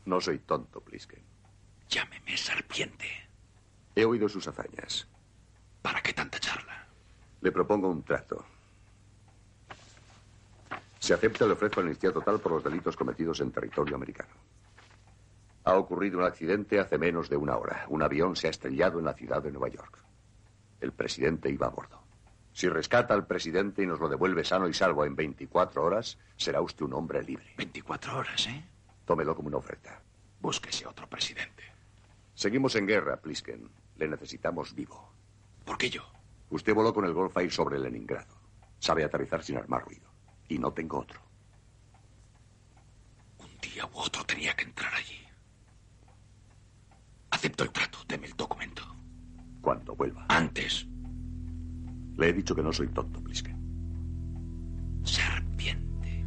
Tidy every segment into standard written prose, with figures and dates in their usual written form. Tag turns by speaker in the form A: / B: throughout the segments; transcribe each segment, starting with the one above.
A: No soy tonto, Plisken.
B: Llámeme serpiente.
A: He oído sus hazañas.
B: ¿Para qué tanta charla?
A: Le propongo un trato. Si acepta, le ofrezco amnistía total por los delitos cometidos en territorio americano. Ha ocurrido un accidente hace menos de una hora. Un avión se ha estrellado en la ciudad de Nueva York. El presidente iba a bordo. Si rescata al presidente y nos lo devuelve sano y salvo en 24 horas, será usted un hombre libre.
B: 24 horas, ¿eh?
A: Tómelo como una oferta.
B: Búsquese otro presidente.
A: Seguimos en guerra, Plisken. Le necesitamos vivo.
B: ¿Por qué yo?
A: Usted voló con el Goldfire sobre Leningrado. Sabe aterrizar sin armar ruido. Y no tengo otro.
B: Un día u otro tenía que entrar allí. Acepto el trato. Deme el documento.
A: Cuando vuelva.
B: Antes.
A: Le he dicho que no soy tonto, Plisken.
B: Serpiente.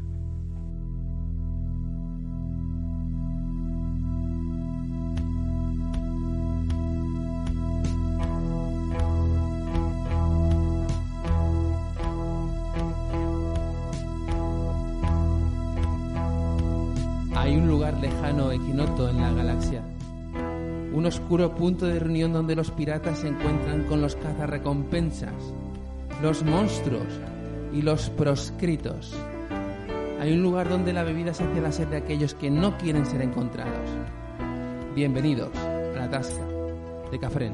C: Hay un lugar lejano, ignoto en la galaxia. Un oscuro punto de reunión donde los piratas se encuentran con los cazarrecompensas, los monstruos y los proscritos. Hay un lugar donde la bebida sacia la sed de aquellos que no quieren ser encontrados. Bienvenidos a la Tasca de Cafrén.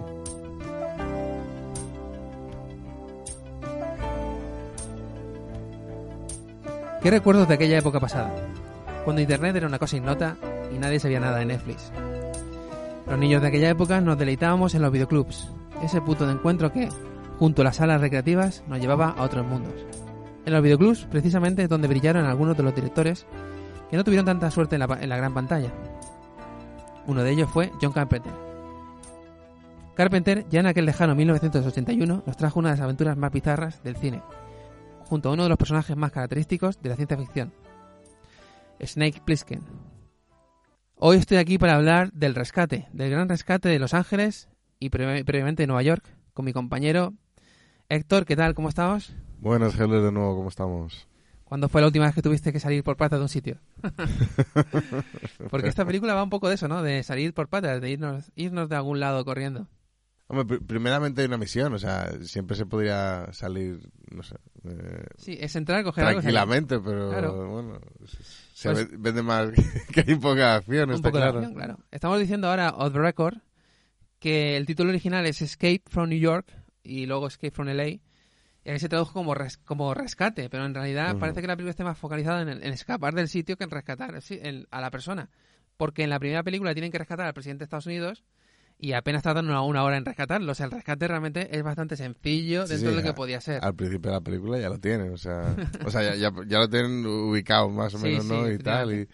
C: ¿Qué recuerdos de aquella época pasada? Cuando Internet era una cosa ignota y nadie sabía nada de Netflix. Los niños de aquella época nos deleitábamos en los videoclubs, ese punto de encuentro que, junto a las salas recreativas, nos llevaba a otros mundos. En los videoclubs, precisamente, es donde brillaron algunos de los directores que no tuvieron tanta suerte en la gran pantalla. Uno de ellos fue John Carpenter. Carpenter, ya en aquel lejano 1981, nos trajo una de las aventuras más bizarras del cine, junto a uno de los personajes más característicos de la ciencia ficción, Snake Plissken. Hoy estoy aquí para hablar del rescate, del gran rescate de Los Ángeles y previamente de Nueva York, con mi compañero Héctor. ¿Qué tal? ¿Cómo estamos?
D: Buenas, Heller, de nuevo. ¿Cómo estamos?
C: ¿Cuándo fue la última vez que tuviste que salir por patas de un sitio? Porque esta película va un poco de eso, ¿no? De salir por patas, de irnos de algún lado corriendo.
D: Hombre, primeramente hay una misión, o sea, siempre se podría salir, no sé...
C: sí, es entrar, coger
D: tranquilamente,
C: algo,
D: pero
C: claro.
D: bueno, se vende más que hay poca acción,
C: un
D: está
C: poco
D: claro.
C: De acción, claro. Estamos diciendo ahora, off the record, que el título original es Escape from New York y luego Escape from LA, y aquí se tradujo como rescate, pero en realidad parece que la película está más focalizada en escapar del sitio que en rescatar a la persona. Porque en la primera película tienen que rescatar al presidente de Estados Unidos y apenas tardan una hora en rescatarlo. O sea, el rescate realmente es bastante sencillo dentro de lo que podía ser.
D: Al principio de la película ya lo tienen, o sea ya lo tienen ubicado más o menos, ¿no? Y tal.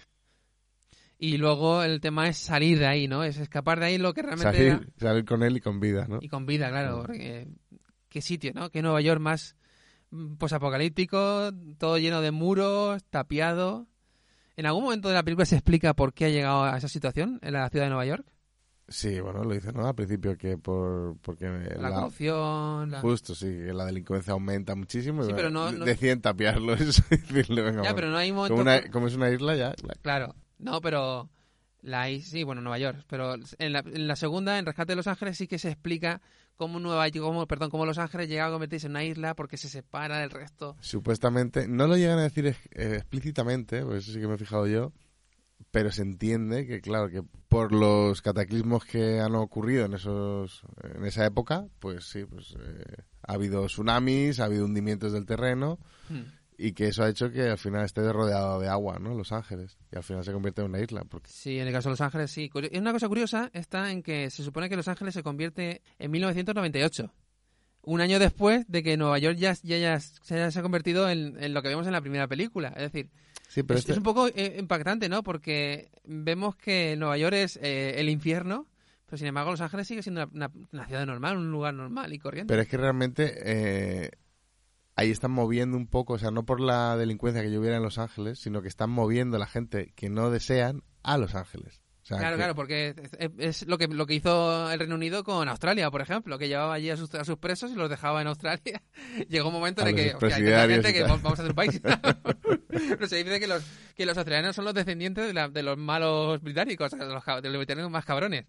C: Y luego el tema es salir de ahí, ¿no? Es escapar de ahí lo que realmente
D: salir con él y con vida, ¿no?
C: Y con vida, claro. Porque, qué sitio, ¿no? Qué Nueva York más posapocalíptico, todo lleno de muros, tapiado. ¿En algún momento de la película se explica por qué ha llegado a esa situación en la ciudad de Nueva York?
D: Sí, bueno, lo dice, ¿no? Al principio que porque
C: la corrupción...
D: Justo, sí, que la delincuencia aumenta muchísimo.
C: Sí,
D: y
C: pero no...
D: deciden tapiarlo, eso, decirle, venga,
C: ya, pero no hay un momento...
D: Como es una isla, ya...
C: Claro, no, pero... Sí, bueno, Nueva York. Pero en la segunda, en Rescate de Los Ángeles, sí que se explica cómo Los Ángeles llega a convertirse en una isla porque se separa del resto.
D: Supuestamente, no lo llegan a decir explícitamente, pues eso sí que me he fijado yo, pero se entiende que, claro, que por los cataclismos que han ocurrido en esa época, pues sí, pues ha habido tsunamis, ha habido hundimientos del terreno, y que eso ha hecho que al final esté rodeado de agua, ¿no? Los Ángeles, y al final se convierte en una isla.
C: Sí, en el caso de Los Ángeles, sí. Una cosa curiosa está en que se supone que Los Ángeles se convierte en 1998. Un año después de que Nueva York ya se ha convertido en lo que vemos en la primera película. Es decir,
D: sí, pero
C: es un poco impactante, ¿no? Porque vemos que Nueva York es el infierno, pero sin embargo Los Ángeles sigue siendo una ciudad normal, un lugar normal y corriente.
D: Pero es que realmente ahí están moviendo un poco, o sea, no por la delincuencia que yo hubiera en Los Ángeles, sino que están moviendo a la gente que no desean a Los Ángeles. O sea,
C: Claro, porque es lo que hizo el Reino Unido con Australia, por ejemplo, que llevaba allí a sus presos y los dejaba en Australia. Llegó un momento en el que hostia, hay tanta gente que vamos a hacer un país. No se dice que los australianos son los descendientes de los malos británicos, de los británicos más cabrones.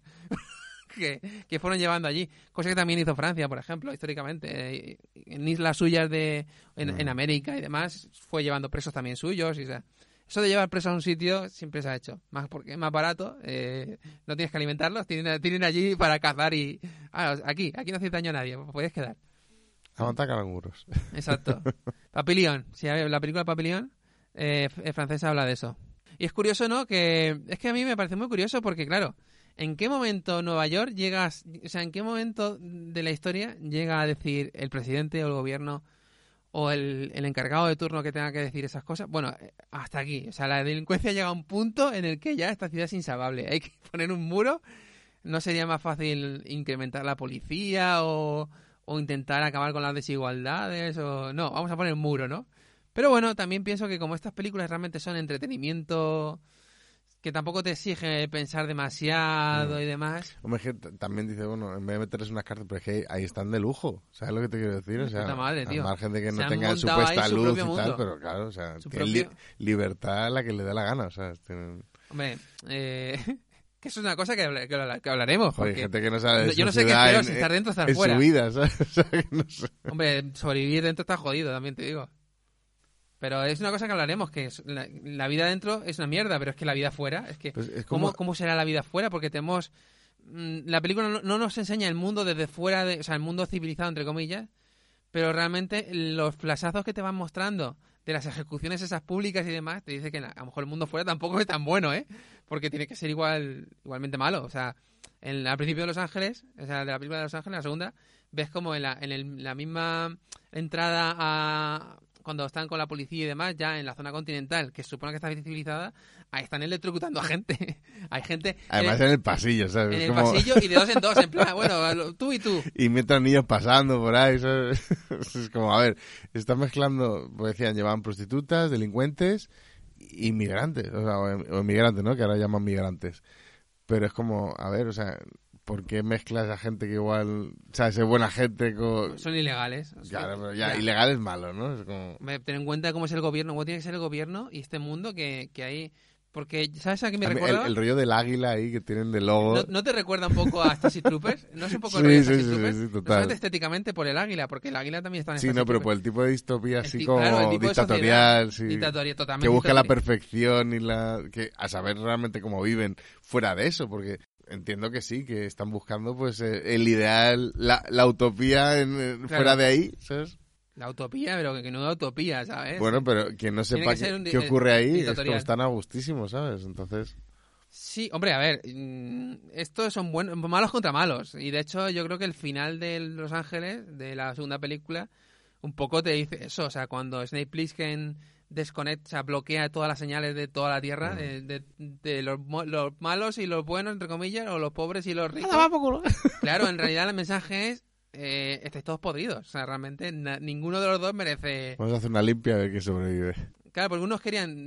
C: que fueron llevando allí. Cosa que también hizo Francia, por ejemplo, históricamente. En islas suyas en América y demás, fue llevando presos también suyos. Y, o sea, eso de llevar presos a un sitio siempre se ha hecho. Más porque es más barato, no tienes que alimentarlos, tienen allí para cazar y... aquí no hace daño a nadie, puedes quedar.
D: Aguanta canguros.
C: Exacto. Papillon, si la película Papillon francesa habla de eso. Y es curioso, ¿no? Es que a mí me parece muy curioso porque, claro, ¿en qué momento Nueva York en qué momento de la historia llega a decir el presidente o el gobierno o el encargado de turno que tenga que decir esas cosas? Bueno, hasta aquí. O sea, la delincuencia llega a un punto en el que ya esta ciudad es insalvable. Hay que poner un muro. ¿No sería más fácil incrementar la policía o intentar acabar con las desigualdades? No, vamos a poner un muro, ¿no? Pero bueno, también pienso que como estas películas realmente son entretenimiento, que tampoco te exige pensar demasiado y demás.
D: Hombre, es que también dice, bueno, en vez de meterles unas cartas, pero es que ahí están de lujo. ¿Sabes lo que te quiero decir? O sea,
C: puta madre, tío.
D: al margen de que
C: Se
D: no
C: han
D: tengan
C: montado
D: supuesta
C: ahí su
D: luz
C: propio
D: y tal,
C: mundo.
D: pero claro, o sea,
C: Su
D: tienen
C: propio-
D: libertad a la que le dé la gana, o sea, tienen...
C: Hombre, que eso es una cosa que hablaremos.
D: Joder, hay
C: Porque
D: gente que no sabe de
C: yo
D: su
C: no sé qué
D: ciudad
C: espero, si estar dentro o estar
D: en
C: fuera.
D: su vida, ¿sabes? O sea, que no sé.
C: Hombre, sobrevivir dentro está jodido, también te digo. Pero es una cosa que hablaremos, que la vida dentro es una mierda, pero es que la vida fuera, es que...
D: Pues es
C: ¿Cómo será la vida fuera? Porque tenemos... La película no nos enseña el mundo desde fuera, o sea, el mundo civilizado, entre comillas, pero realmente los flashazos que te van mostrando de las ejecuciones esas públicas y demás, te dice que a lo mejor el mundo fuera tampoco es tan bueno, ¿eh? Porque tiene que ser igualmente malo. O sea, al principio de Los Ángeles, o sea, de la película de Los Ángeles, la segunda, ves como en la misma entrada cuando están con la policía y demás, ya en la zona continental, que se supone que está civilizada, ahí están electrocutando a gente. Hay gente...
D: Además en el pasillo, ¿sabes?
C: En el
D: Como-
C: pasillo y de dos en dos, en plan, bueno, tú y tú.
D: Y mientras niños pasando por ahí, ¿sabes? Es como, a ver, están mezclando, pues decían, llevaban prostitutas, delincuentes y migrantes, o sea, o inmigrantes, ¿no? Que ahora llaman migrantes. Pero es como, a ver, o sea, ¿por qué mezclas a gente que igual, o sea, es buena gente con...
C: Son ilegales.
D: Claro, pero ya, ilegal es malo, ¿no? Es como...
C: Ten en cuenta cómo es el gobierno, cómo tiene que ser el gobierno y este mundo que hay... Porque, ¿sabes a qué me
D: A mí
C: recuerda?
D: el rollo del águila ahí que tienen de logo...
C: ¿No te recuerda un poco a Starship Troopers? ¿No es un poco el
D: Sí,
C: rollo de
D: sí,
C: Starship
D: sí,
C: Troopers?
D: sí,
C: No
D: total.
C: solamente estéticamente por el águila, porque el águila también está en
D: Sí,
C: Starship
D: no, pero
C: Troopers.
D: por el tipo de distopía así
C: El
D: como
C: tipo de
D: dictatorial,
C: sociedad,
D: sí.
C: dictatorial, totalmente
D: Que busca la
C: dictatorial.
D: perfección y que a saber realmente cómo viven fuera de eso, porque entiendo que sí, que están buscando pues el ideal, la utopía
C: Claro.
D: fuera de ahí, ¿sabes?
C: La utopía, pero que no es utopía, ¿sabes?
D: Bueno, pero quien no
C: Tiene
D: sepa
C: que ser
D: qué ocurre ahí es como
C: dictatorial.
D: están a gustísimo, ¿sabes? Entonces,
C: Sí, hombre, a ver, estos son malos contra malos. Y de hecho, yo creo que el final de Los Ángeles, de la segunda película, un poco te dice eso. O sea, cuando Snake Plissken desconecta, o sea, bloquea todas las señales de toda la Tierra, de los malos y los buenos, entre comillas, o los pobres y los ricos. Claro, en realidad el mensaje es, estáis todos podridos. O sea, realmente ninguno de los dos merece...
D: vamos a hacer una limpia a ver quién sobrevive.
C: Claro, porque unos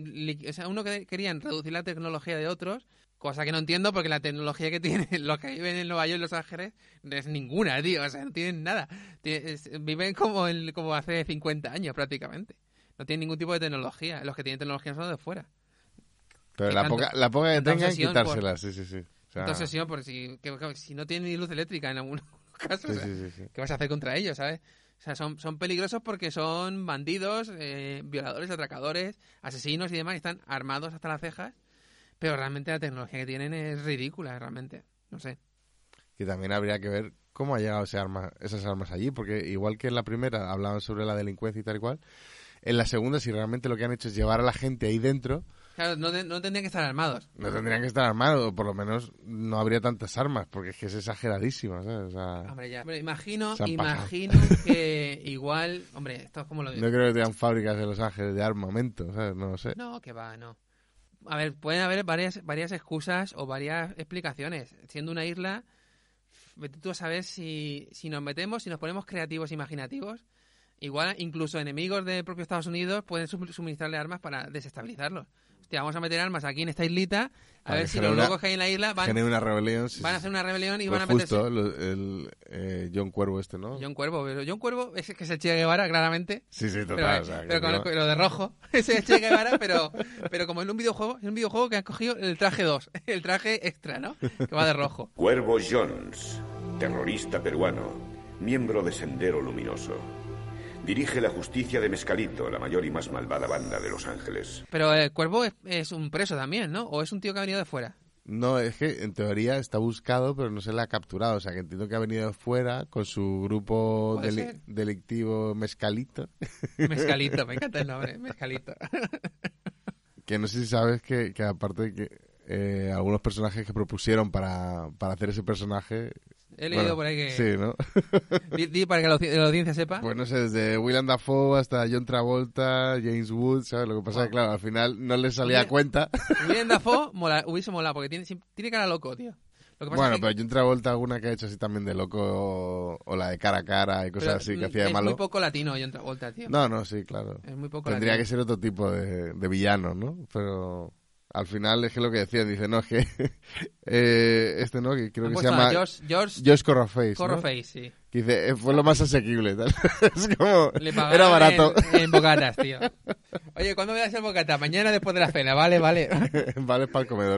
C: querían reducir la tecnología de otros, cosa que no entiendo porque la tecnología que tienen los que viven en Nueva York y Los Ángeles no es ninguna, tío, o sea, no tienen nada. Viven como hace 50 años prácticamente. No tienen ningún tipo de tecnología. Los que tienen tecnología son los de fuera.
D: Pero
C: Que
D: la
C: tanto-
D: poca que
C: tanta
D: tengan,
C: obsesión
D: quitársela, sí, sí, sí. O sea,
C: Entonces, sí, por si no tienen ni luz eléctrica en algunos casos,
D: sí,
C: o sea,
D: sí, sí, sí.
C: ¿qué vas a hacer contra ellos, sabes? O sea, son peligrosos porque son bandidos, violadores, atracadores, asesinos y demás, y están armados hasta las cejas, pero realmente la tecnología que tienen es ridícula, realmente. No sé.
D: Que también habría que ver cómo ha llegado esas armas allí, porque igual que en la primera hablaban sobre la delincuencia y tal y cual, en la segunda, si realmente lo que han hecho es llevar a la gente ahí dentro,
C: Claro, no tendrían que estar armados.
D: no tendrían que estar armados, o por lo menos no habría tantas armas, porque es que es exageradísimo, ¿sabes? O sea,
C: Hombre, ya. Hombre, imagino
D: Se han pasado.
C: que igual... Hombre, esto es como lo digo.
D: no creo que tengan fábricas en Los Ángeles de armamento, ¿sabes? No lo sé.
C: No, que va, no. A ver, pueden haber varias excusas o varias explicaciones. Siendo una isla, vete tú a saber si nos metemos, si nos ponemos creativos, imaginativos, igual incluso enemigos del propio Estados Unidos pueden suministrarle armas para desestabilizarlos. O hostia, vamos a meter armas aquí en esta islita, a
D: Para
C: ver
D: que
C: si
D: genere
C: los
D: una-
C: locos que hay en la isla
D: Genera una rebelión.
C: van a hacer una rebelión y
D: Pues
C: van a meterse...
D: justo, John Cuervo ¿no?
C: John Cuervo, pero John Cuervo es que es el Che Guevara, claramente.
D: Sí, total.
C: Pero,
D: o sea, que
C: pero con
D: no-
C: lo de rojo, ese es Che Guevara, pero como en un videojuego que han cogido el traje 2, el traje extra, ¿no? Que va de rojo.
E: Cuervo Jones, terrorista peruano, miembro de Sendero Luminoso. Dirige la justicia de Mescalito, la mayor y más malvada banda de Los Ángeles.
C: Pero el Cuervo es un preso también, ¿no? ¿O es un tío que ha venido de fuera?
D: No, es que en teoría está buscado, pero no se le ha capturado. O sea, que entiendo que ha venido de fuera con su grupo
C: Puede ser.
D: delictivo Mescalito.
C: Mezcalito, me encanta el nombre, Mezcalito.
D: Que no sé si sabes que aparte de que algunos personajes que propusieron para hacer ese personaje...
C: He leído por ahí que...
D: Sí, ¿no?
C: Di para que la audiencia sepa.
D: Pues no sé, desde Willem Dafoe hasta John Travolta, James Woods, ¿sabes? Lo que pasa es que, claro, al final no le salía a cuenta.
C: Willem Dafoe hubiese molado, porque tiene cara loco, tío. Lo que pasa
D: Bueno,
C: es que,
D: pero John Travolta alguna que ha hecho así también de loco o la de cara a cara y cosas así que hacía de
C: es
D: malo.
C: muy poco latino John Travolta, tío.
D: No, sí, claro.
C: Es muy poco
D: Tendría
C: latino.
D: que ser otro tipo de villano, ¿no? Pero al final es que lo que decía, dice, no, es que ¿no? Que creo
C: Han
D: que se
C: puesto
D: llama
C: a George
D: Josh Corroface, ¿no?
C: Corroface, sí.
D: Que dice, fue lo más asequible, tal. Es como,
C: Le pagaron
D: era barato.
C: en bocatas, tío. Oye, ¿cuándo me das el bocata? Mañana después de la cena, vale.
D: Vale para el comedor.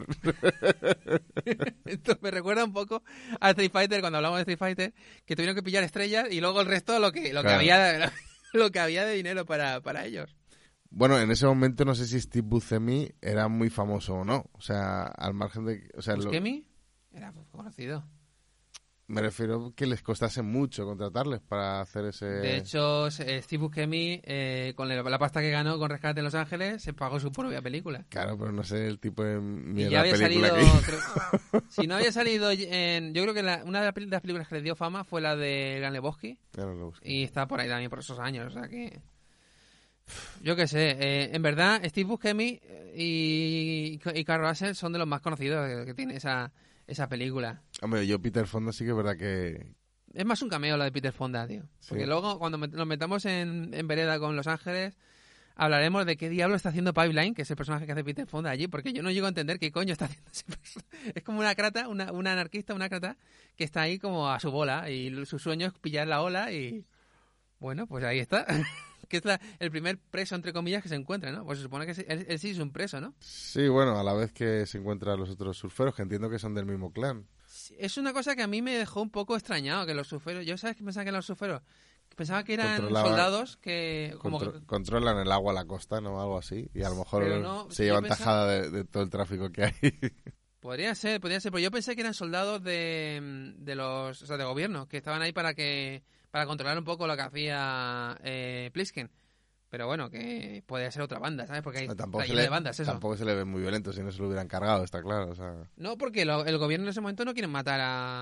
C: Esto me recuerda un poco a Street Fighter, cuando hablamos de Street Fighter, que tuvieron que pillar estrellas y luego el resto lo que
D: Claro.
C: había lo que había de dinero para ellos.
D: Bueno, en ese momento no sé si Steve Buscemi era muy famoso o no. O sea, al margen de... O sea,
C: Buscemi era conocido.
D: me refiero que les costase mucho contratarles para hacer ese...
C: De hecho, Steve Buscemi, con la pasta que ganó con Rescate en Los Ángeles, se pagó su propia película.
D: Claro, pero no sé el tipo de
C: Y
D: mierda
C: ya había
D: película
C: salido...
D: que hizo.
C: si no había salido en... Yo creo que una de las películas que le dio fama fue la de Gran Lebowski.
D: Ya no lo busqué.
C: Y está por ahí también por esos años, o sea que... Yo qué sé, en verdad Steve Buscemi y Carl Russell son de los más conocidos que tiene esa película.
D: Hombre, yo Peter Fonda sí que es verdad que...
C: Es más un cameo la de Peter Fonda, tío. Porque
D: Sí.
C: luego cuando nos metamos en vereda con Los Ángeles, hablaremos de qué diablo está haciendo Pipeline, que es el personaje que hace Peter Fonda allí, porque yo no llego a entender qué coño está haciendo ese personaje. Es como una crata, una anarquista, una crata, que está ahí como a su bola, y su sueño es pillar la ola y... Bueno, pues ahí está. Que es el primer preso, entre comillas, que se encuentra, ¿no? Pues se supone que él sí es un preso, ¿no?
D: Sí, bueno, a la vez que se encuentran los otros surferos, que entiendo que son del mismo clan.
C: Es una cosa que a mí me dejó un poco extrañado, que los surferos... Yo, ¿sabes qué pensaba que eran los surferos? Pensaba que eran
D: Controlaban-
C: soldados que... como que
D: Controlan el agua a la costa, ¿no? Algo así. Y a lo mejor
C: Pero no,
D: se
C: yo
D: llevan
C: pensaba-
D: tajada de todo el tráfico que hay.
C: Podría ser, pero yo pensé que eran soldados de los... O sea, de gobierno, que estaban ahí para controlar un poco lo que hacía Plisken. Pero bueno, que podría ser otra banda, ¿sabes? Porque hay
D: Tampoco
C: está
D: se,
C: lleno
D: le,
C: de bandas, eso.
D: tampoco se le ve muy violento, si no se lo hubieran cargado, está claro. O sea,
C: No, porque el gobierno en ese momento no quiere matar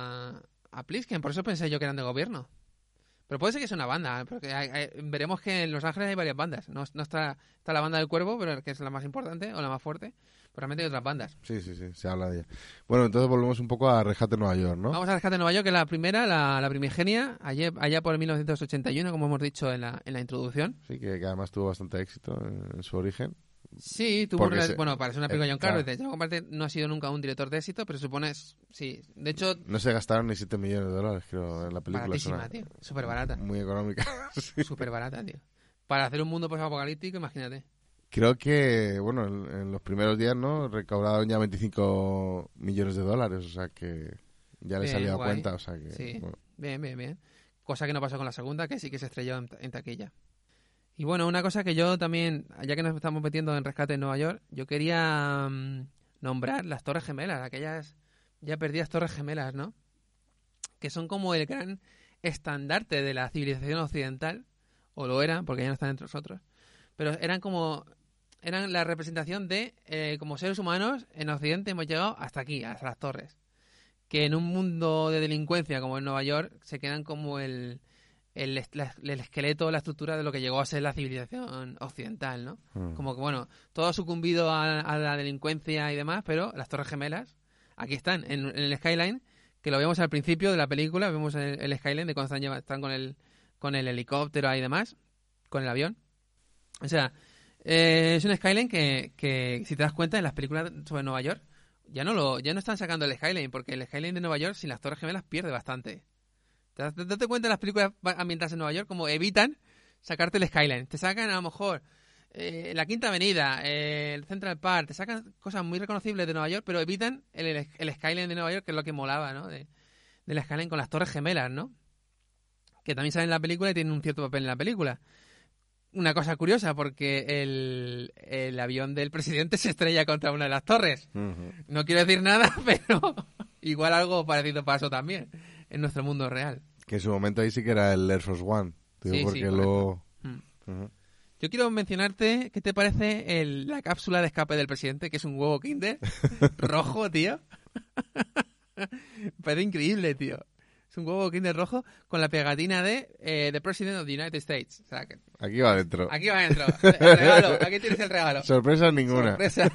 C: a Plisken, por eso pensé yo que eran de gobierno. Pero puede ser que sea una banda, porque veremos que en Los Ángeles hay varias bandas. No está la banda del Cuervo, pero que es la más importante o la más fuerte. Pero realmente hay otras bandas.
D: sí, se habla de ella. Bueno, entonces volvemos un poco a Rescate Nueva York, ¿no?
C: Vamos a Rescate de Nueva York, que es la primera, la primigenia, allá por el 1981, como hemos dicho en la introducción.
D: Sí, que además tuvo bastante éxito en su origen.
C: Sí,
D: Porque
C: bueno, para ser una película de John
D: claro.
C: Carpenter. John Carpenter no ha sido nunca un director de éxito, pero supone, sí. De hecho,
D: No se gastaron ni 7 millones de dólares, creo, en la película.
C: baratísima,
D: Es
C: tío. Súper barata.
D: muy económica. Sí.
C: Súper barata, tío. Para hacer un mundo post-apocalíptico, imagínate.
D: Creo que, bueno, en los primeros días, ¿no? Recaudaron ya 25 millones de dólares, o sea que ya les
C: Bien,
D: salía a
C: guay.
D: cuenta, o sea que...
C: Sí,
D: bueno.
C: bien. Cosa que no pasó con la segunda, que sí que se estrelló en taquilla. Y bueno, una cosa que yo también, ya que nos estamos metiendo en Rescate en Nueva York, yo quería nombrar las Torres Gemelas, aquellas ya perdidas Torres Gemelas, ¿no? Que son como el gran estandarte de la civilización occidental, o lo eran, porque ya no están entre nosotros, pero eran la representación de, como seres humanos, en Occidente hemos llegado hasta aquí, hasta las torres. Que en un mundo de delincuencia como en Nueva York se quedan como el esqueleto, la estructura de lo que llegó a ser la civilización occidental, ¿no? Como que, bueno, todo ha sucumbido a la delincuencia y demás, pero las Torres Gemelas, aquí están, en el Skyline, que lo vemos al principio de la película, vemos el Skyline de cuando están con el helicóptero y demás, con el avión. O sea, Es un skyline que, si te das cuenta, en las películas sobre Nueva York, ya no están sacando el skyline, porque el skyline de Nueva York sin las Torres Gemelas pierde bastante. Date cuenta en las películas ambientadas en Nueva York como evitan sacarte el skyline. Te sacan a lo mejor la Quinta Avenida, el Central Park, te sacan cosas muy reconocibles de Nueva York, pero evitan el skyline de Nueva York, que es lo que molaba, ¿no? Del skyline con las Torres Gemelas, ¿no? Que también salen en la película y tienen un cierto papel en la película. Una cosa curiosa, porque el avión del presidente se estrella contra una de las torres. Uh-huh. No quiero decir nada, pero igual algo parecido pasó también en nuestro mundo real.
D: Que en su momento ahí sí que era el Air Force One. Digo,
C: sí,
D: porque
C: sí,
D: luego...
C: Uh-huh. Yo quiero mencionarte, ¿qué te parece la cápsula de escape del presidente, que es un huevo Kinder rojo, tío? Me parece increíble, tío. Es un huevo Kinder rojo con la pegatina de The President of the United States. O sea, que
D: aquí va adentro.
C: Aquí va adentro. El regalo. Aquí tienes el regalo.
D: Sorpresa ninguna.
C: Sorpresa.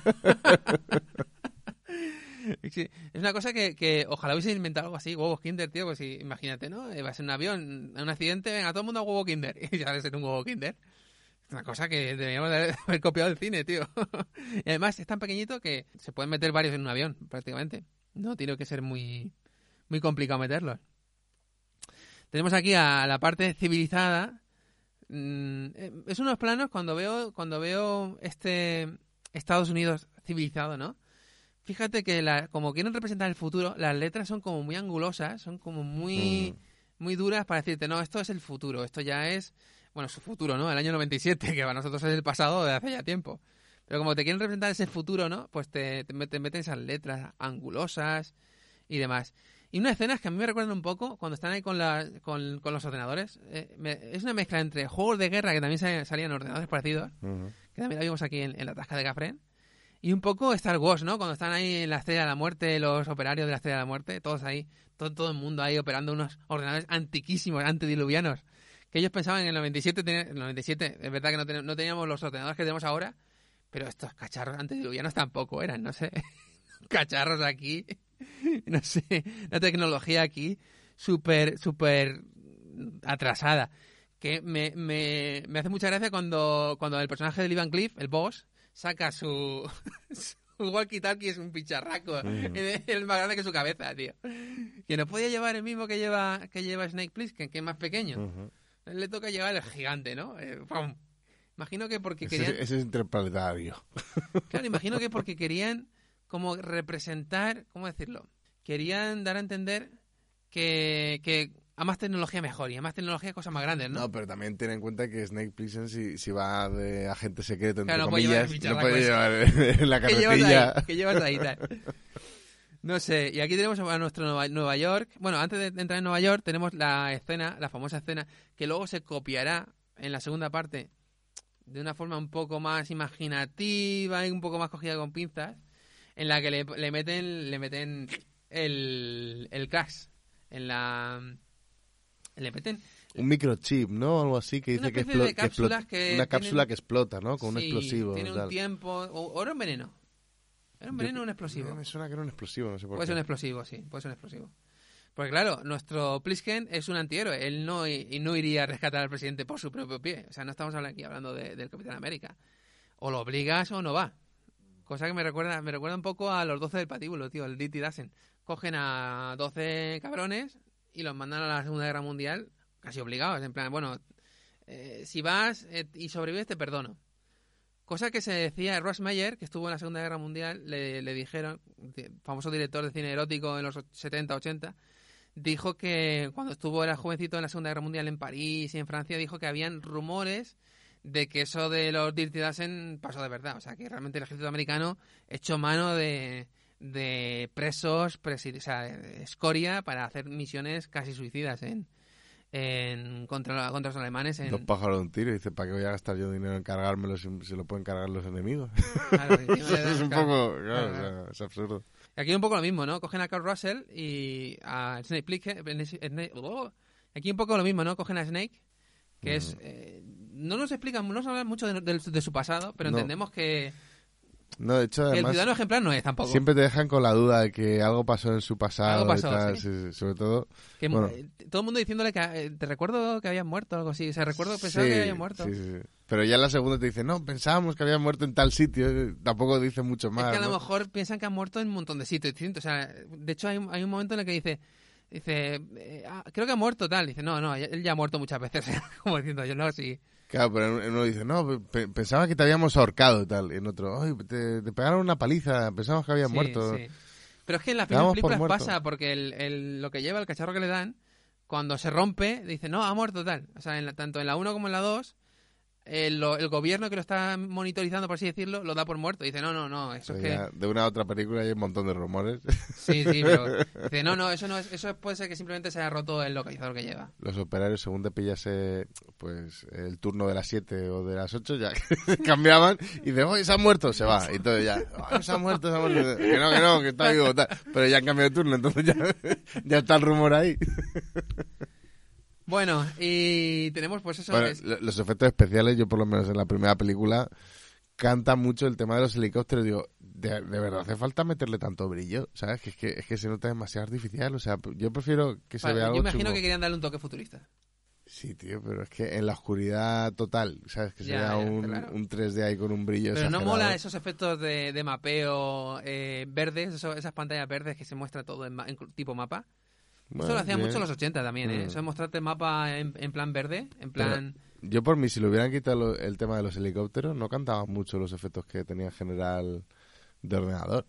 C: Sí, es una cosa que ojalá hubiese inventado algo así, huevos Kinder, tío. Pues imagínate, ¿no? Vas en un avión, en un accidente, venga, todo el mundo a huevo Kinder. Y sales en un huevo Kinder. Es una cosa que deberíamos haber copiado del cine, tío. Y además es tan pequeñito que se pueden meter varios en un avión, prácticamente. No tiene que ser muy, muy complicado meterlos. Tenemos aquí a la parte civilizada. Es unos planos cuando veo Estados Unidos civilizado, ¿no? Fíjate que como quieren representar el futuro, las letras son como muy angulosas, son como muy duras para decirte, no, esto es el futuro, esto ya es, bueno, su futuro, ¿no? El año 97, que para nosotros es el pasado de hace ya tiempo. Pero como te quieren representar ese futuro, ¿no? Pues te meten esas letras angulosas y demás. Y unas escenas que a mí me recuerdan un poco cuando están ahí con los ordenadores. Es una mezcla entre juegos de guerra, que también salían ordenadores parecidos, que también la vimos aquí en la Tasca de Cafrén, y un poco Star Wars, ¿no? Cuando están ahí en la Estrella de la Muerte, los operarios de la Estrella de la Muerte, todos ahí, todo el mundo ahí operando unos ordenadores antiquísimos, antediluvianos, que ellos pensaban en el 97, es verdad que no teníamos los ordenadores que tenemos ahora, pero estos cacharros antediluvianos tampoco eran, no sé, cacharros aquí, no sé, la tecnología aquí súper atrasada, que me hace mucha gracia cuando el personaje de Lee Van Cleef, el boss, saca su walkie-talkie, es un picharraco, es más grande que su cabeza, tío, que no podía llevar el mismo que lleva Snake Plissken, que es más pequeño. Le toca llevar el gigante, ¿no? Imagino que porque querían...
D: Ese es interplanetario.
C: Claro, imagino que porque querían como representar, ¿cómo decirlo? Querían dar a entender que a más tecnología mejor, y a más tecnología cosas más grandes, ¿no?
D: No, pero también ten en cuenta que Snake Plissken, si va de agente secreto, entre
C: claro,
D: comillas, no puede llevar la carretilla.
C: ¿Qué llevas ahí, tal? No sé, y aquí tenemos a nuestro Nueva York. Bueno, antes de entrar en Nueva York tenemos la famosa escena, que luego se copiará en la segunda parte de una forma un poco más imaginativa y un poco más cogida con pinzas, en la que le meten el crash en la... Le meten...
D: Un microchip, ¿no? Algo así que dice una cápsula que explota, ¿no? Con un explosivo.
C: Tiene un tiempo... ¿O era un veneno? ¿Era un veneno o un explosivo?
D: Me suena que era un explosivo, no sé por qué.
C: Puede ser un explosivo, sí. Puede ser un explosivo. Porque claro, nuestro Plissken es un antihéroe. Él no iría a rescatar al presidente por su propio pie. O sea, no estamos aquí hablando del Capitán América. O lo obligas o no va. Cosa que me recuerda un poco a los 12 del patíbulo, tío. El Dirty Dozen. Cogen a 12 cabrones y los mandan a la Segunda Guerra Mundial casi obligados. En plan, bueno, si vas y sobrevives te perdono. Cosa que se decía, Ross Meyer, que estuvo en la Segunda Guerra Mundial, le dijeron, famoso director de cine erótico en los 70, 80, dijo que cuando era jovencito en la Segunda Guerra Mundial en París y en Francia, dijo que habían rumores de que eso de los Dirty Dozen pasó de verdad. O sea, que realmente el ejército americano echó mano de presos, o sea, de escoria para hacer misiones casi suicidas contra los alemanes.
D: Dos pájaros de un tiro, y dice, ¿para qué voy a gastar yo dinero en cargármelo si se lo pueden cargar los enemigos?
C: Claro,
D: es un poco, claro. O sea, es absurdo.
C: Aquí un poco lo mismo, ¿no? Cogen a Kurt Russell y a Snake Plissken. Aquí un poco lo mismo, ¿no? Cogen a Snake, que no nos habla mucho de su pasado, pero entendemos que
D: No, de hecho,
C: Que el
D: además,
C: ciudadano ejemplar no es tampoco.
D: siempre te dejan con la duda de que algo pasó en su pasado.
C: Algo pasó,
D: y tal,
C: sí.
D: sí, sobre todo.
C: Que
D: bueno,
C: todo el mundo diciéndole que te recuerdo que habían muerto o algo así. O sea, recuerdo pensaba que habían muerto.
D: Sí, sí, sí. Pero ya en la segunda te dicen, no, pensábamos que habían muerto en tal sitio. Tampoco dice mucho más.
C: Es que a lo
D: ¿no?
C: mejor piensan que han muerto en un montón de sitios distintos. O sea, de hecho hay un momento en el que dice creo que ha muerto tal. Dice, no, él ya ha muerto muchas veces. Como diciendo, yo no, sí.
D: Claro, pero uno dice, no, pensaba que te habíamos ahorcado y tal. Y en otro, ay, te pegaron una paliza, pensamos que habías
C: Sí,
D: muerto.
C: sí. Pero es que en las
D: Damos
C: primeras
D: por
C: películas
D: muerto.
C: pasa, porque lo que lleva, el cacharro que le dan, cuando se rompe, dice, no, ha muerto tal. O sea, tanto en la 1 como en la 2, el gobierno que lo está monitorizando, por así decirlo, lo da por muerto. Dice, no, eso es que...
D: Ya, de una a otra película hay un montón de rumores.
C: Sí, pero... Dice, no, eso puede ser que simplemente se haya roto el localizador que lleva.
D: Los operarios, según te pillase pues el turno de las 7 o de las 8, ya cambiaban y de, oye, se ha muerto, se va. Y todo ya, "Ay, se ha muerto. Que no, que está vivo. Tal. Pero ya han cambiado de turno, entonces ya está el rumor ahí.
C: Bueno, y tenemos pues eso...
D: Bueno,
C: es-
D: los efectos especiales, yo por lo menos en la primera película, canta mucho el tema de los helicópteros. Digo, de verdad hace falta meterle tanto brillo, ¿sabes? Que es que se nota demasiado artificial. O sea, yo prefiero que se
C: Vale,
D: vea algo
C: yo imagino
D: chungo.
C: que querían darle un toque futurista.
D: Sí, tío, pero es que en la oscuridad total, ¿sabes? Que se
C: Ya,
D: vea
C: ya, claro.
D: un 3D ahí con un brillo
C: Pero no
D: exagerado.
C: mola esos efectos de mapeo verdes, esas pantallas verdes que se muestra todo en tipo mapa.
D: Bueno,
C: Eso lo hacían
D: bien.
C: mucho en los 80 también, ¿eh?
D: Mm.
C: Eso de mostrarte el mapa en plan verde, en plan...
D: Yo por mí, si le hubieran quitado el tema de los helicópteros, no cantaban mucho los efectos que tenía en general de ordenador.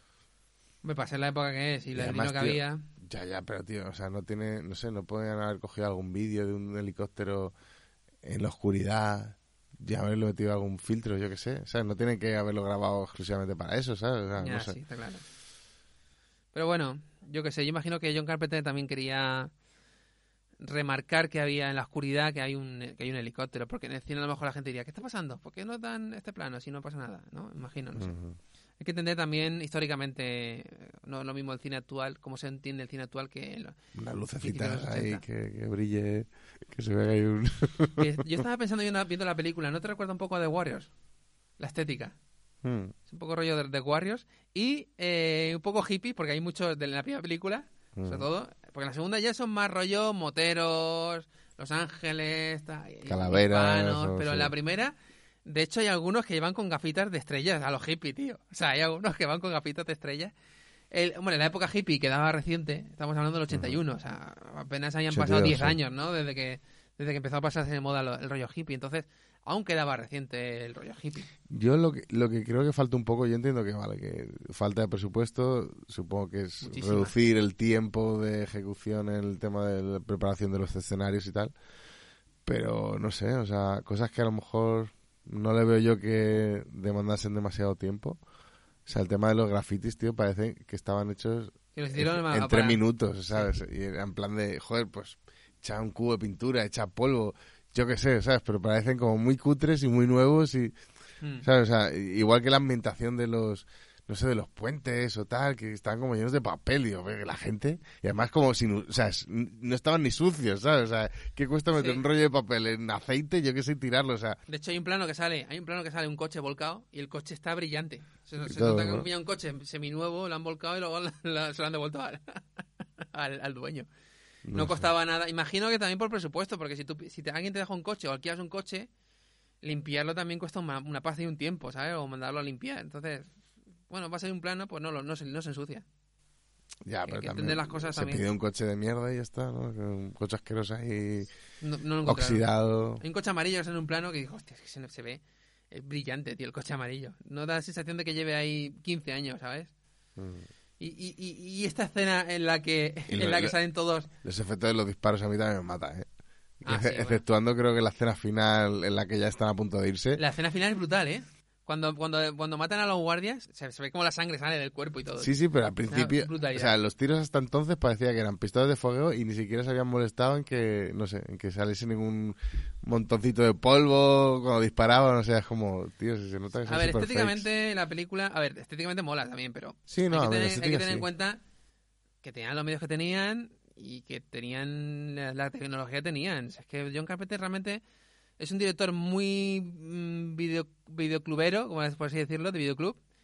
C: Me pasé la época que es y el
D: además,
C: dinero que
D: tío,
C: había.
D: Ya, pero tío, o sea, no tiene, no sé, no podían haber cogido algún vídeo de un helicóptero en la oscuridad y haberlo metido algún filtro, yo qué sé, ¿sabes? No tienen que haberlo grabado exclusivamente para eso, ¿sabes? O sea,
C: Ya,
D: no sé.
C: sí, está claro. Pero bueno, yo qué sé, yo imagino que John Carpenter también quería remarcar que había en la oscuridad que hay un helicóptero, porque en el cine a lo mejor la gente diría, ¿qué está pasando? ¿Por qué no dan este plano si no pasa nada? ¿No? Imagino, no sé.
D: Ujú.
C: Hay que entender también históricamente, no es lo mismo el cine actual, cómo se entiende el cine actual que
D: Una
C: principios de
D: lucecita
C: los
D: ahí
C: 80.
D: que brille, que se vea que hay un...
C: Yo estaba pensando viendo la película, ¿no te recuerda un poco a The Warriors? La estética.
D: Mm.
C: Es un poco rollo de Warriors y un poco hippie, porque hay mucho de la primera película, sobre todo, porque en la segunda ya son más rollo moteros, Los Ángeles,
D: Calaveras,
C: hispanos,
D: o
C: pero en
D: sí.
C: la primera, de hecho hay algunos que llevan con gafitas de estrellas a los hippies, tío. O sea, hay algunos que van con gafitas de estrellas. Hombre, la época hippie quedaba reciente, estamos hablando del 81, o sea, apenas habían
D: 82,
C: pasado 10
D: sí.
C: años, ¿no? Desde que empezó a pasarse de moda el rollo hippie, entonces aún quedaba reciente el rollo hippie.
D: Yo lo que creo que falta un poco, yo entiendo que vale, que falta de presupuesto, supongo que es
C: Muchísima.
D: reducir el tiempo de ejecución en el tema de la preparación de los escenarios y tal, pero no sé, o sea, cosas que a lo mejor no le veo yo que demandasen demasiado tiempo. O sea, el tema de los grafitis, tío, parece que estaban hechos
C: Que los hicieron
D: en 3
C: para-
D: minutos, ¿sabes? Y era en plan de, joder, pues echa un cubo de pintura, echa polvo, yo qué sé, ¿sabes? Pero parecen como muy cutres y muy nuevos y,
C: Mm.
D: ¿sabes? O sea, igual que la ambientación de los, no sé, de los puentes o tal, que estaban como llenos de papel, digo, ve, la gente, y además como sin, o sea, no estaban ni sucios, ¿sabes? O sea, ¿qué cuesta meter
C: Sí.
D: un rollo de papel en aceite, yo qué sé, y tirarlo? O sea,
C: De hecho, hay un plano que sale un coche volcado y el coche está brillante. Se
D: todo,
C: nota que
D: ¿no?
C: han pillado un coche seminuevo, lo han volcado y luego se lo han devuelto al dueño. No
D: sé.
C: costaba nada. Imagino que también por presupuesto, porque si alguien te deja un coche o alquilas un coche, limpiarlo también cuesta una pasta y un tiempo, ¿sabes? O mandarlo a limpiar. Entonces, bueno, va a ser un plano, pues no se ensucia.
D: Ya,
C: que
D: pero
C: hay que
D: también
C: entender las cosas
D: se
C: también.
D: pide un coche de mierda y ya está, ¿no? Un coche asqueroso ahí,
C: No lo encontraron.
D: oxidado.
C: Hay un coche amarillo que sale en un plano que dijo, hostia, es que se ve es brillante, tío, el coche amarillo. No da la sensación de que lleve ahí 15 años, ¿sabes?
D: Mm.
C: Y esta escena en la que
D: Y lo-
C: que salen todos...
D: Los efectos de los disparos a mí también me matan, ¿eh?
C: Ah, sí, bueno.
D: Exceptuando creo que la escena final en la que ya están a punto de irse.
C: La escena final es brutal, ¿eh? Cuando matan a los guardias, se ve como la sangre sale del cuerpo y todo.
D: Sí, sí, pero al principio,
C: brutalidad.
D: o sea, los tiros hasta entonces parecía que eran pistolas de fuego y ni siquiera se habían molestado en que, no sé, en que saliese ningún montoncito de polvo cuando disparaban, o sea, es como, tío, si se nota que son
C: A ver,
D: superfakes.
C: estéticamente la película... A ver, estéticamente mola también, pero...
D: Sí, no, a ver,
C: hay que
D: estética
C: tener en
D: sí.
C: cuenta que tenían los medios que tenían y que tenían la tecnología que tenían. O sea, es que John Carpenter realmente es un director muy videoclubero, como es por así decirlo, de videoclub.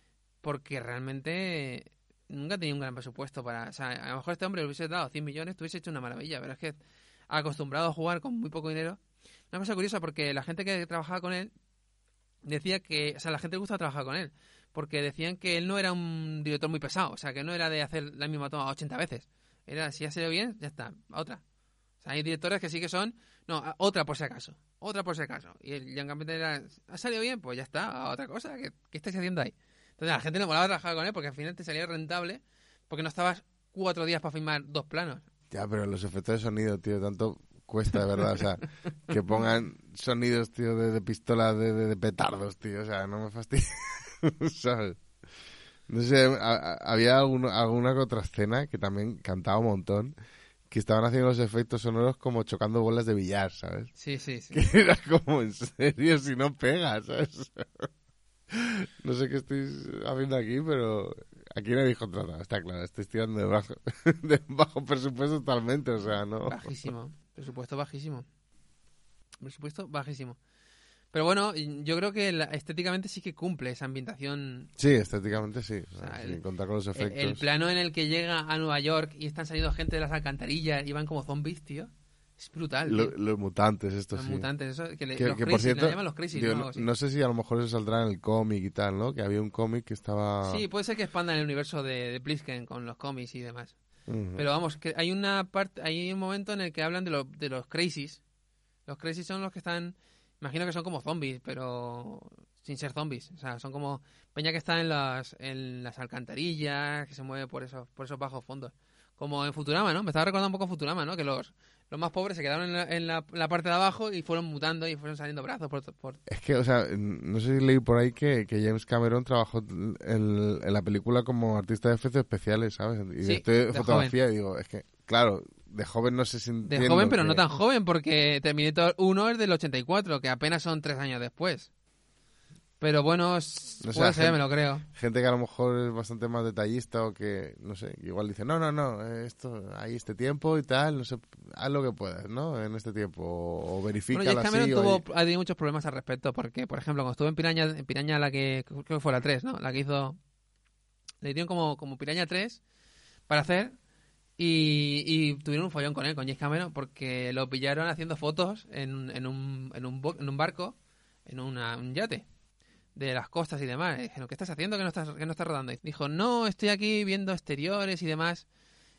C: porque realmente nunca tenía un gran presupuesto para... O sea, a lo mejor este hombre le hubiese dado 100 millones, te hubiese hecho una maravilla, pero es que acostumbrado a jugar con muy poco dinero. Una cosa curiosa, porque la gente que trabajaba con él decía que... O sea, la gente le gusta trabajar con él, porque decían que él no era un director muy pesado, o sea, que no era de hacer la misma toma 80 veces. Era, si ha salido bien, ya está, a otra. O sea, hay directores que sí que son... No, otra por si acaso. Otra por si acaso. Y el John Carpenter era... ¿Ha salido bien? Pues ya está, a otra cosa. ¿Qué estáis haciendo ahí? Entonces a la gente le molaba trabajar con él porque al final te salía rentable porque no estabas 4 días para filmar 2 planos.
D: Ya, pero los efectos de sonido, tío, tanto cuesta, de verdad. O sea, que pongan sonidos, tío, de pistolas, de petardos, tío. O sea, no me fastidies. ¿Sabes? No sé, había alguna otra escena que también cantaba un montón, que estaban haciendo los efectos sonoros como chocando bolas de billar, ¿sabes?
C: Sí, sí, sí.
D: Que era como, en serio, si no pega, ¿sabes? No sé qué estoy haciendo aquí, pero aquí no hay contratado, está claro. Estoy tirando de bajo presupuesto totalmente, o sea, no.
C: Bajísimo. Presupuesto bajísimo. Presupuesto bajísimo. Pero bueno, yo creo que estéticamente sí que cumple esa ambientación.
D: Sí, estéticamente sí. O sea,
C: O sea,
D: sin contar con los efectos.
C: El plano en el que llega a Nueva York y están saliendo gente de las alcantarillas y van como zombies, tío. Es brutal.
D: Los mutantes, estos
C: los
D: sí.
C: mutantes, eso,
D: Que
C: los
D: por
C: crazy,
D: cierto,
C: le llaman los crazy,
D: digo,
C: ¿no? Algo así.
D: no sé si a lo mejor eso saldrá en el cómic y tal, ¿no? Que había un cómic que estaba...
C: Sí, puede ser que expandan el universo de Plisken con los cómics y demás.
D: Ujú.
C: Pero vamos, que hay hay un momento en el que hablan de los crazies. Los crazies son los que están, imagino que son como zombies, pero sin ser zombies. O sea, son como peña que está en las alcantarillas, que se mueve por esos bajos fondos. Como en Futurama, ¿no? Me estaba recordando un poco Futurama, ¿no? Que los más pobres se quedaron en la parte de abajo y fueron mutando y fueron saliendo brazos por...
D: Es que, o sea, no sé si leí por ahí que James Cameron trabajó en la película como artista de efectos especiales, ¿sabes? Y
C: Sí,
D: de
C: de
D: fotografía,
C: joven.
D: y digo, es que, claro, de joven no sé si
C: De
D: entiendo
C: joven, pero
D: que-
C: no tan joven, porque Terminator 1 es del 84, que apenas son 3 años después. Pero bueno,
D: No sé,
C: puede ser,
D: gente-
C: me lo creo.
D: Gente que a lo mejor es bastante más detallista o que, no sé, igual dice, no, esto, hay este tiempo y tal, no sé, haz lo que puedas, ¿no? En este tiempo, o verifica
C: Bueno, James Cameron
D: así,
C: ha tenido muchos problemas al respecto, porque, por ejemplo, cuando estuvo en Piraña la que, creo que fue la 3, ¿no? La que hizo... Le dieron como Piraña 3 para hacer y tuvieron un follón con él, con James Cameron, porque lo pillaron haciendo fotos en un barco, en un yate de las costas y demás. Y dijeron, ¿qué estás haciendo que no estás rodando? Y dijo, no, estoy aquí viendo exteriores y demás.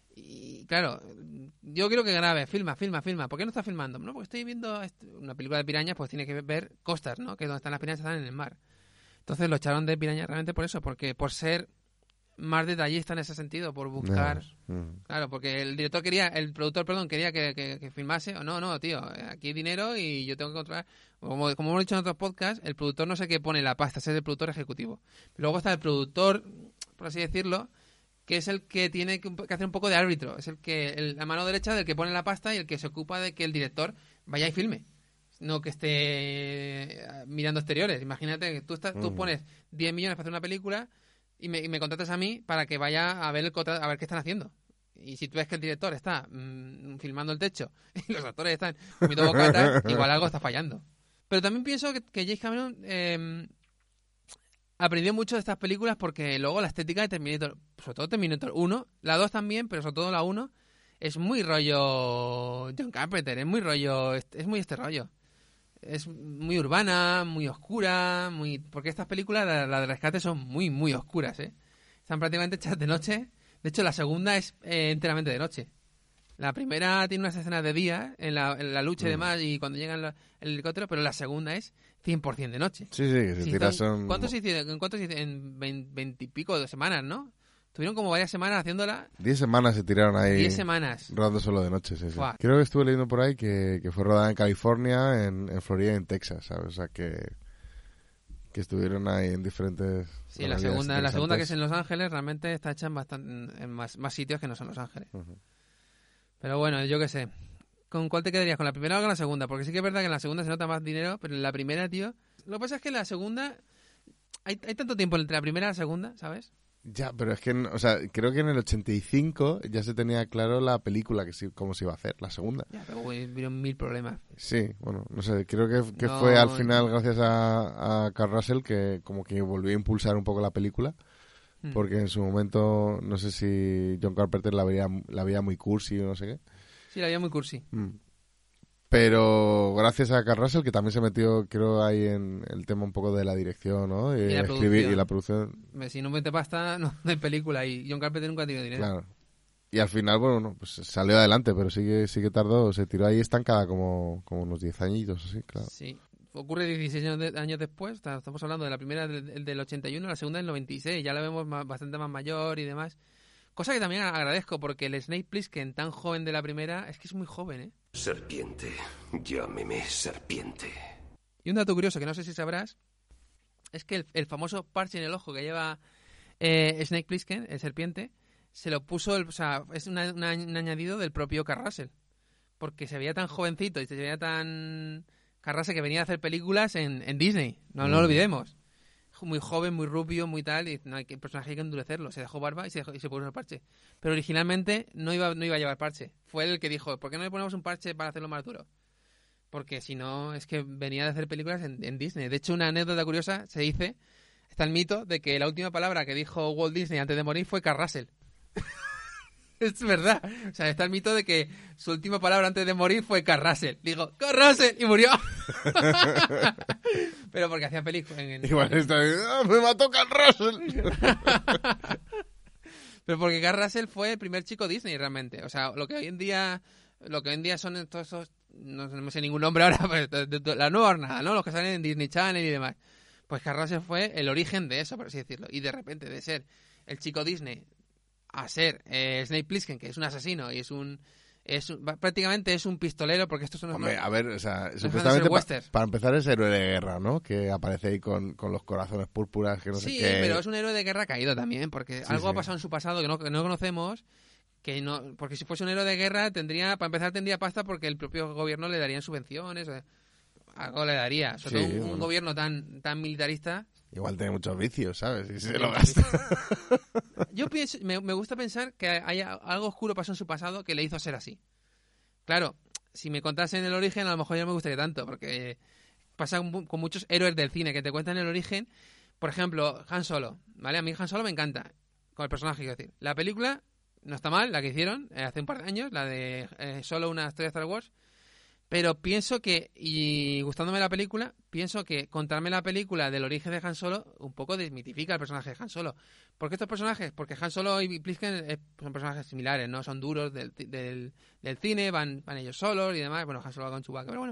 C: Y claro, yo quiero que grabe, filma. ¿Por qué no estás filmando? No, porque estoy viendo una película de pirañas, pues tiene que ver costas, ¿no? Que donde están las pirañas están en el mar. Entonces lo echaron de piraña realmente por eso, porque por ser más detallista en ese sentido, por buscar... Claro, porque el productor quería que filmase. No, tío, aquí hay dinero y yo tengo que controlar. Como hemos dicho en otros podcasts, el productor no sé qué pone la pasta, ese es el productor ejecutivo. Luego está el productor, por así decirlo, que es el que tiene que hacer un poco de árbitro. Es la mano derecha del que pone la pasta y el que se ocupa de que el director vaya y filme. No que esté mirando exteriores. Imagínate que tú pones 10 millones para hacer una película y me contratas a mí para que vaya a ver a ver qué están haciendo. Y si tú ves que el director está filmando el techo y los actores están comiendo bocata, igual algo está fallando. Pero también pienso que James Cameron aprendió mucho de estas películas porque luego la estética de Terminator, sobre todo Terminator 1, la 2 también, pero sobre todo la 1, es muy rollo John Carpenter, es muy este rollo. Es muy urbana, muy oscura, porque estas películas, la de rescate, son muy, muy oscuras, ¿eh? Están prácticamente hechas de noche. De hecho, la segunda es enteramente de noche. La primera tiene unas escenas de día, en la lucha y demás, y cuando llegan el helicóptero, pero la segunda es 100% de noche.
D: Sí, que se tira son...
C: ¿Cuántos se hicieron? En 20 y pico de semanas, ¿no? Tuvieron como varias semanas haciéndola.
D: 10 semanas se tiraron ahí.
C: 10 semanas.
D: Rodando solo de noche, sí.
C: Fuck.
D: Creo que estuve leyendo por ahí que fue rodada en California, en Florida y en Texas, ¿sabes? O sea, que estuvieron ahí en diferentes...
C: Sí, la segunda que es en Los Ángeles realmente está hecha en más sitios que no son Los Ángeles.
D: Uh-huh.
C: Pero bueno, yo qué sé. ¿Con cuál te quedarías? ¿Con la primera o con la segunda? Porque sí que es verdad que en la segunda se nota más dinero, pero en la primera, tío... Lo que pasa es que en la segunda... Hay tanto tiempo entre la primera y la segunda, ¿sabes?
D: Ya, pero es que, o sea, creo que en el 85 ya se tenía claro la película, cómo se iba a hacer, la segunda.
C: Ya, pero hubieron 1000 problemas.
D: Sí, bueno, no sé, creo que
C: No,
D: fue al final gracias a Carl Russell que como que volvió a impulsar un poco la película. porque en su momento no sé si John Carpenter la veía muy cursi o no sé qué.
C: Sí, la veía muy cursi.
D: Pero gracias a Kurt Russell, que también se metió, creo, ahí en el tema un poco de la dirección, ¿no?
C: Y la
D: escribir y la producción.
C: Si no mete pasta, no hay película, y John Carpenter nunca ha tenido dinero.
D: Claro. Y al final, bueno, pues salió adelante, pero sí que tardó, se tiró ahí estancada como unos 10 añitos, así, claro.
C: Sí. Ocurre 16 años después, estamos hablando de la primera del 81, la segunda del 96, ya la vemos bastante más mayor y demás. Cosa que también agradezco, porque el Snake Plissken, tan joven de la primera, es que es muy joven, ¿eh?
F: Serpiente, llámeme serpiente.
C: Y un dato curioso que no sé si sabrás, es que el famoso parche en el ojo que lleva Snake Plissken, el serpiente, se lo puso, es un añadido del propio Kurt Russell, porque se veía tan jovencito y se veía tan... Kurt Russell, que venía a hacer películas en Disney, no lo olvidemos. Muy joven, muy rubio, muy tal, y el personaje hay que endurecerlo. Se dejó barba y se puso el parche. Pero originalmente no iba a llevar parche. Fue él el que dijo, ¿por qué no le ponemos un parche para hacerlo más duro? Porque si no, es que venía de hacer películas en Disney. De hecho, una anécdota curiosa, se dice, está el mito de que la última palabra que dijo Walt Disney antes de morir fue Kurt Russell. Es verdad. O sea, está el mito de que su última palabra antes de morir fue Kurt Russell. Digo, ¡Kurt Russell! Y murió. Pero porque hacía películas.
D: Igual está bien, me mató Kurt Russell.
C: Pero porque Kurt Russell fue el primer chico Disney realmente. O sea, lo que hoy en día son todos esos, no sé ningún nombre ahora, pero la nueva hornada, ¿no? Los que salen en Disney Channel y demás. Pues Kurt Russell fue el origen de eso, por así decirlo. Y de repente, de ser el chico Disney a ser Snake Plissken, que es un asesino y prácticamente es un pistolero, porque estos son...
D: Hombre, a ver, o sea,
C: no
D: supuestamente para empezar es héroe de guerra, ¿no? Que aparece ahí con los corazones púrpuras, que no sé qué.
C: Sí, pero es un héroe de guerra caído también, porque algo ha pasado en su pasado que no conocemos, porque si fuese un héroe de guerra tendría pasta, porque el propio gobierno le daría subvenciones, algo le daría, sobre todo un gobierno tan militarista.
D: Igual tiene muchos vicios, ¿sabes? Y se lo gasta.
C: Yo pienso, me gusta pensar que algo oscuro pasó en su pasado que le hizo ser así. Claro, si me contasen el origen, a lo mejor ya no me gustaría tanto, porque pasa con muchos héroes del cine que te cuentan el origen. Por ejemplo, Han Solo, ¿vale? A mí Han Solo me encanta, con el personaje, quiero decir. La película no está mal, la que hicieron hace un par de años, la de Solo una historia de Star Wars. Pero pienso que, y gustándome la película, pienso que contarme la película del origen de Han Solo un poco desmitifica el personaje de Han Solo. ¿Por qué estos personajes? Porque Han Solo y Plissken son personajes similares, ¿no? Son duros del cine, van ellos solos y demás. Bueno, Han Solo va con Chewbacca, pero bueno.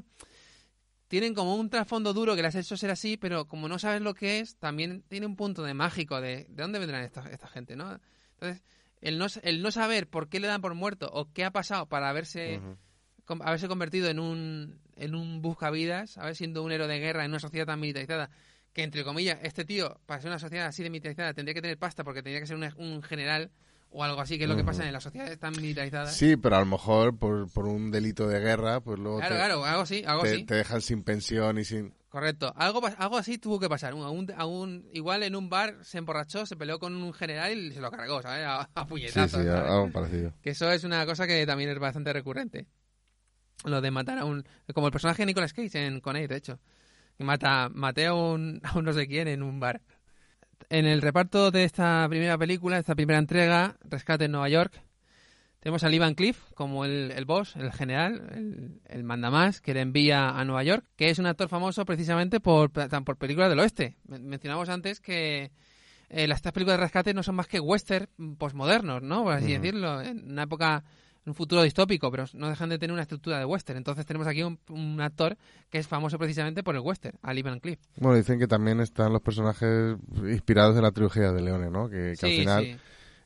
C: Tienen como un trasfondo duro que les ha hecho ser así, pero como no sabes lo que es, también tiene un punto de mágico de dónde vendrán esta gente, ¿no? Entonces, el no saber por qué le dan por muerto o qué ha pasado para haberse convertido en un buscavidas, siendo un héroe de guerra en una sociedad tan militarizada, que entre comillas, este tío, para ser una sociedad así de militarizada, tendría que tener pasta porque tendría que ser un general o algo así, que es lo que pasa en las sociedades tan militarizadas.
D: Sí, pero a lo mejor por un delito de guerra, pues luego
C: claro, algo así.
D: Te dejan sin pensión y sin...
C: Correcto, algo así tuvo que pasar. Igual en un bar se emborrachó, se peleó con un general y se lo cargó, ¿sabes? A puñetazos.
D: Sí, algo parecido.
C: Que eso es una cosa que también es bastante recurrente. Lo de matar como el personaje de Nicolas Cage en Con Air, de hecho. Que maté a un no sé quién en un bar. En el reparto de esta primera película, esta primera entrega, Rescate en Nueva York, tenemos a Lee Van Cleef como el boss, el general, el mandamás que le envía a Nueva York, que es un actor famoso precisamente por películas del oeste. Mencionamos antes que estas películas de rescate no son más que western postmodernos, ¿no? Por así decirlo, en una época... un futuro distópico, pero no dejan de tener una estructura de western. Entonces tenemos aquí un actor que es famoso precisamente por el western, Lee Van Cleef.
D: Bueno, dicen que también están los personajes inspirados en la trilogía de Leone, ¿no? Que al final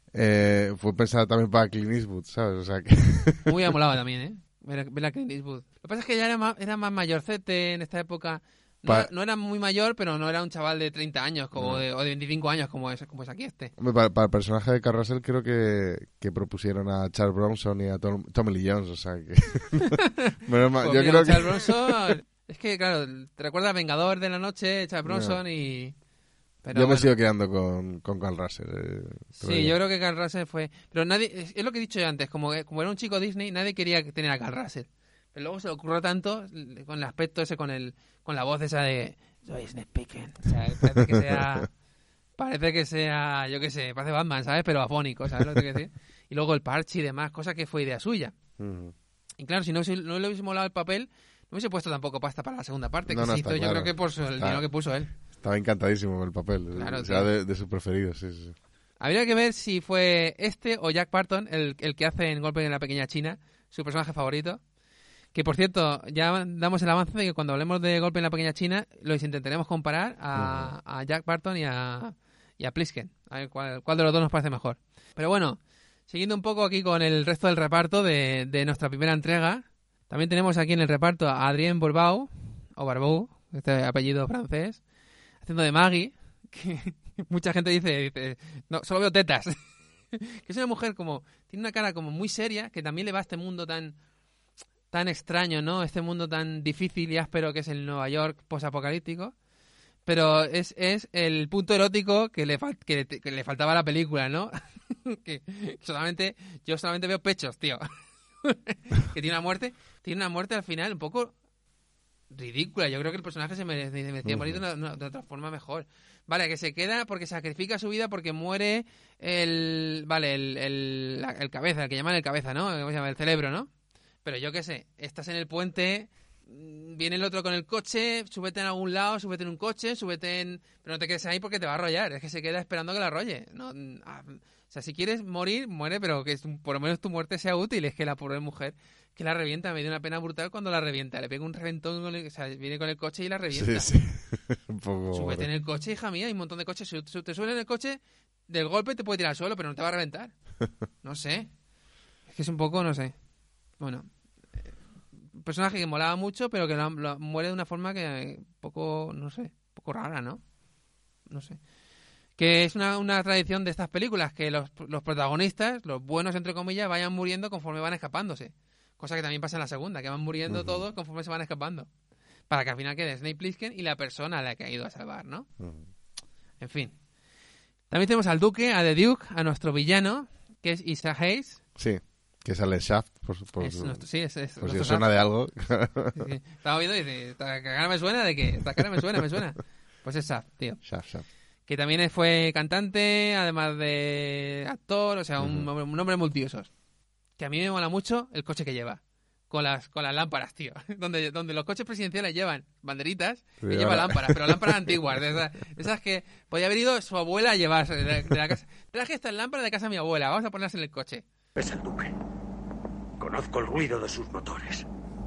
D: fue pensada también para Clint Eastwood, ¿sabes? O sea que...
C: Muy amolado también, ¿eh? Ver a Clint Eastwood. Lo que pasa es que ya era más mayorcete en esta época. No era muy mayor, pero no era un chaval de 30 años o de 25 años como es aquí este.
D: Para el personaje de Kurt Russell creo que propusieron a Charles Bronson y a Tommy Lee Jones, o sea que...
C: Yo creo que Charles Bronson... Es que, claro, te recuerda a Vengador de la Noche, Charles Bronson y... Pero
D: me sigo quedando con Kurt Russell.
C: Sí, yo creo que Kurt Russell fue... Pero nadie... Es lo que he dicho yo antes, como era un chico Disney, nadie quería tener a Kurt Russell. Pero luego se le ocurrió tanto con el aspecto ese, con la voz esa de soy Snake Plissken. O sea, parece Parece que sea, yo qué sé, parece Batman, ¿sabes? Pero afónico, ¿sabes lo que quiero decir? Y luego el parche y demás, cosa que fue idea suya. Y claro, si no le hubiese molado el papel, no hubiese puesto tampoco pasta para la segunda parte, que se hizo, yo creo que por el dinero que puso él.
D: Estaba encantadísimo con el papel.
C: Claro,
D: o sea, de sus preferidos, sí.
C: Habría que ver si fue este o Jack Barton el que hace en Golpe en la Pequeña China, su personaje favorito. Que, por cierto, ya damos el avance de que cuando hablemos de Golpe en la Pequeña China, los intentaremos comparar a Jack Barton y a Plisken. A ver cuál de los dos nos parece mejor. Pero bueno, siguiendo un poco aquí con el resto del reparto de nuestra primera entrega, también tenemos aquí en el reparto a Adrienne Barbeau, o Barbeau, este apellido francés, haciendo de Maggie, que mucha gente dice, no, solo veo tetas. Que es una mujer tiene una cara como muy seria, que también le va a este mundo tan extraño, ¿no? Este mundo tan difícil y áspero que es el Nueva York posapocalíptico. Pero es el punto erótico que le faltaba a la película, ¿no? que yo solamente veo pechos, tío. Que tiene una muerte al final un poco ridícula. Yo creo que el personaje se merecía morir de otra forma mejor. Vale, que se queda porque sacrifica su vida porque muere el cabeza, el que llaman el cabeza, ¿no? ¿Cómo se llama? El cerebro, ¿no? Pero yo qué sé, estás en el puente, viene el otro con el coche, súbete en algún lado, súbete en un coche, pero no te quedes ahí porque te va a arrollar. Es que se queda esperando que la arrolle. No, o sea, si quieres morir, muere, pero que por lo menos tu muerte sea útil. Es que la pobre mujer que la revienta, me dio una pena brutal cuando la revienta. Le pega un reventón, o sea, viene con el coche y la revienta.
D: Sí. Un poco...
C: Súbete en el coche, hija mía, hay un montón de coches. Si te subes en el coche, del golpe te puede tirar al suelo, pero no te va a reventar. No sé. Es que es un poco, no sé. Bueno, un personaje que molaba mucho, pero que muere de una forma que poco, no sé, poco rara, ¿no? No sé. Que es una tradición de estas películas, que los protagonistas, los buenos entre comillas, vayan muriendo conforme van escapándose. Cosa que también pasa en la segunda, que van muriendo todos conforme se van escapando. Para que al final quede Snake Plissken y la persona a la que ha ido a salvar, ¿no? En fin. También tenemos al Duque, a The Duke, a nuestro villano, que es Isaac Hayes.
D: Sí. Que sale Shaft, por
C: es
D: si os suena de algo.
C: Sí. Estaba viendo y dice, ¿esta cara me suena de qué? Esta cara me suena. Pues es Shaft, tío.
D: Shaft.
C: Que también fue cantante, además de actor, o sea, un hombre multiusos. Que a mí me mola mucho el coche que lleva. Con las lámparas, tío. Donde los coches presidenciales llevan banderitas, y lleva lámparas, pero lámparas antiguas. De esas que podía haber ido su abuela a llevar de la casa. Traje estas lámparas de casa de mi abuela, vamos a ponerlas en el coche.
F: Es el Duque. Conozco el ruido de sus motores.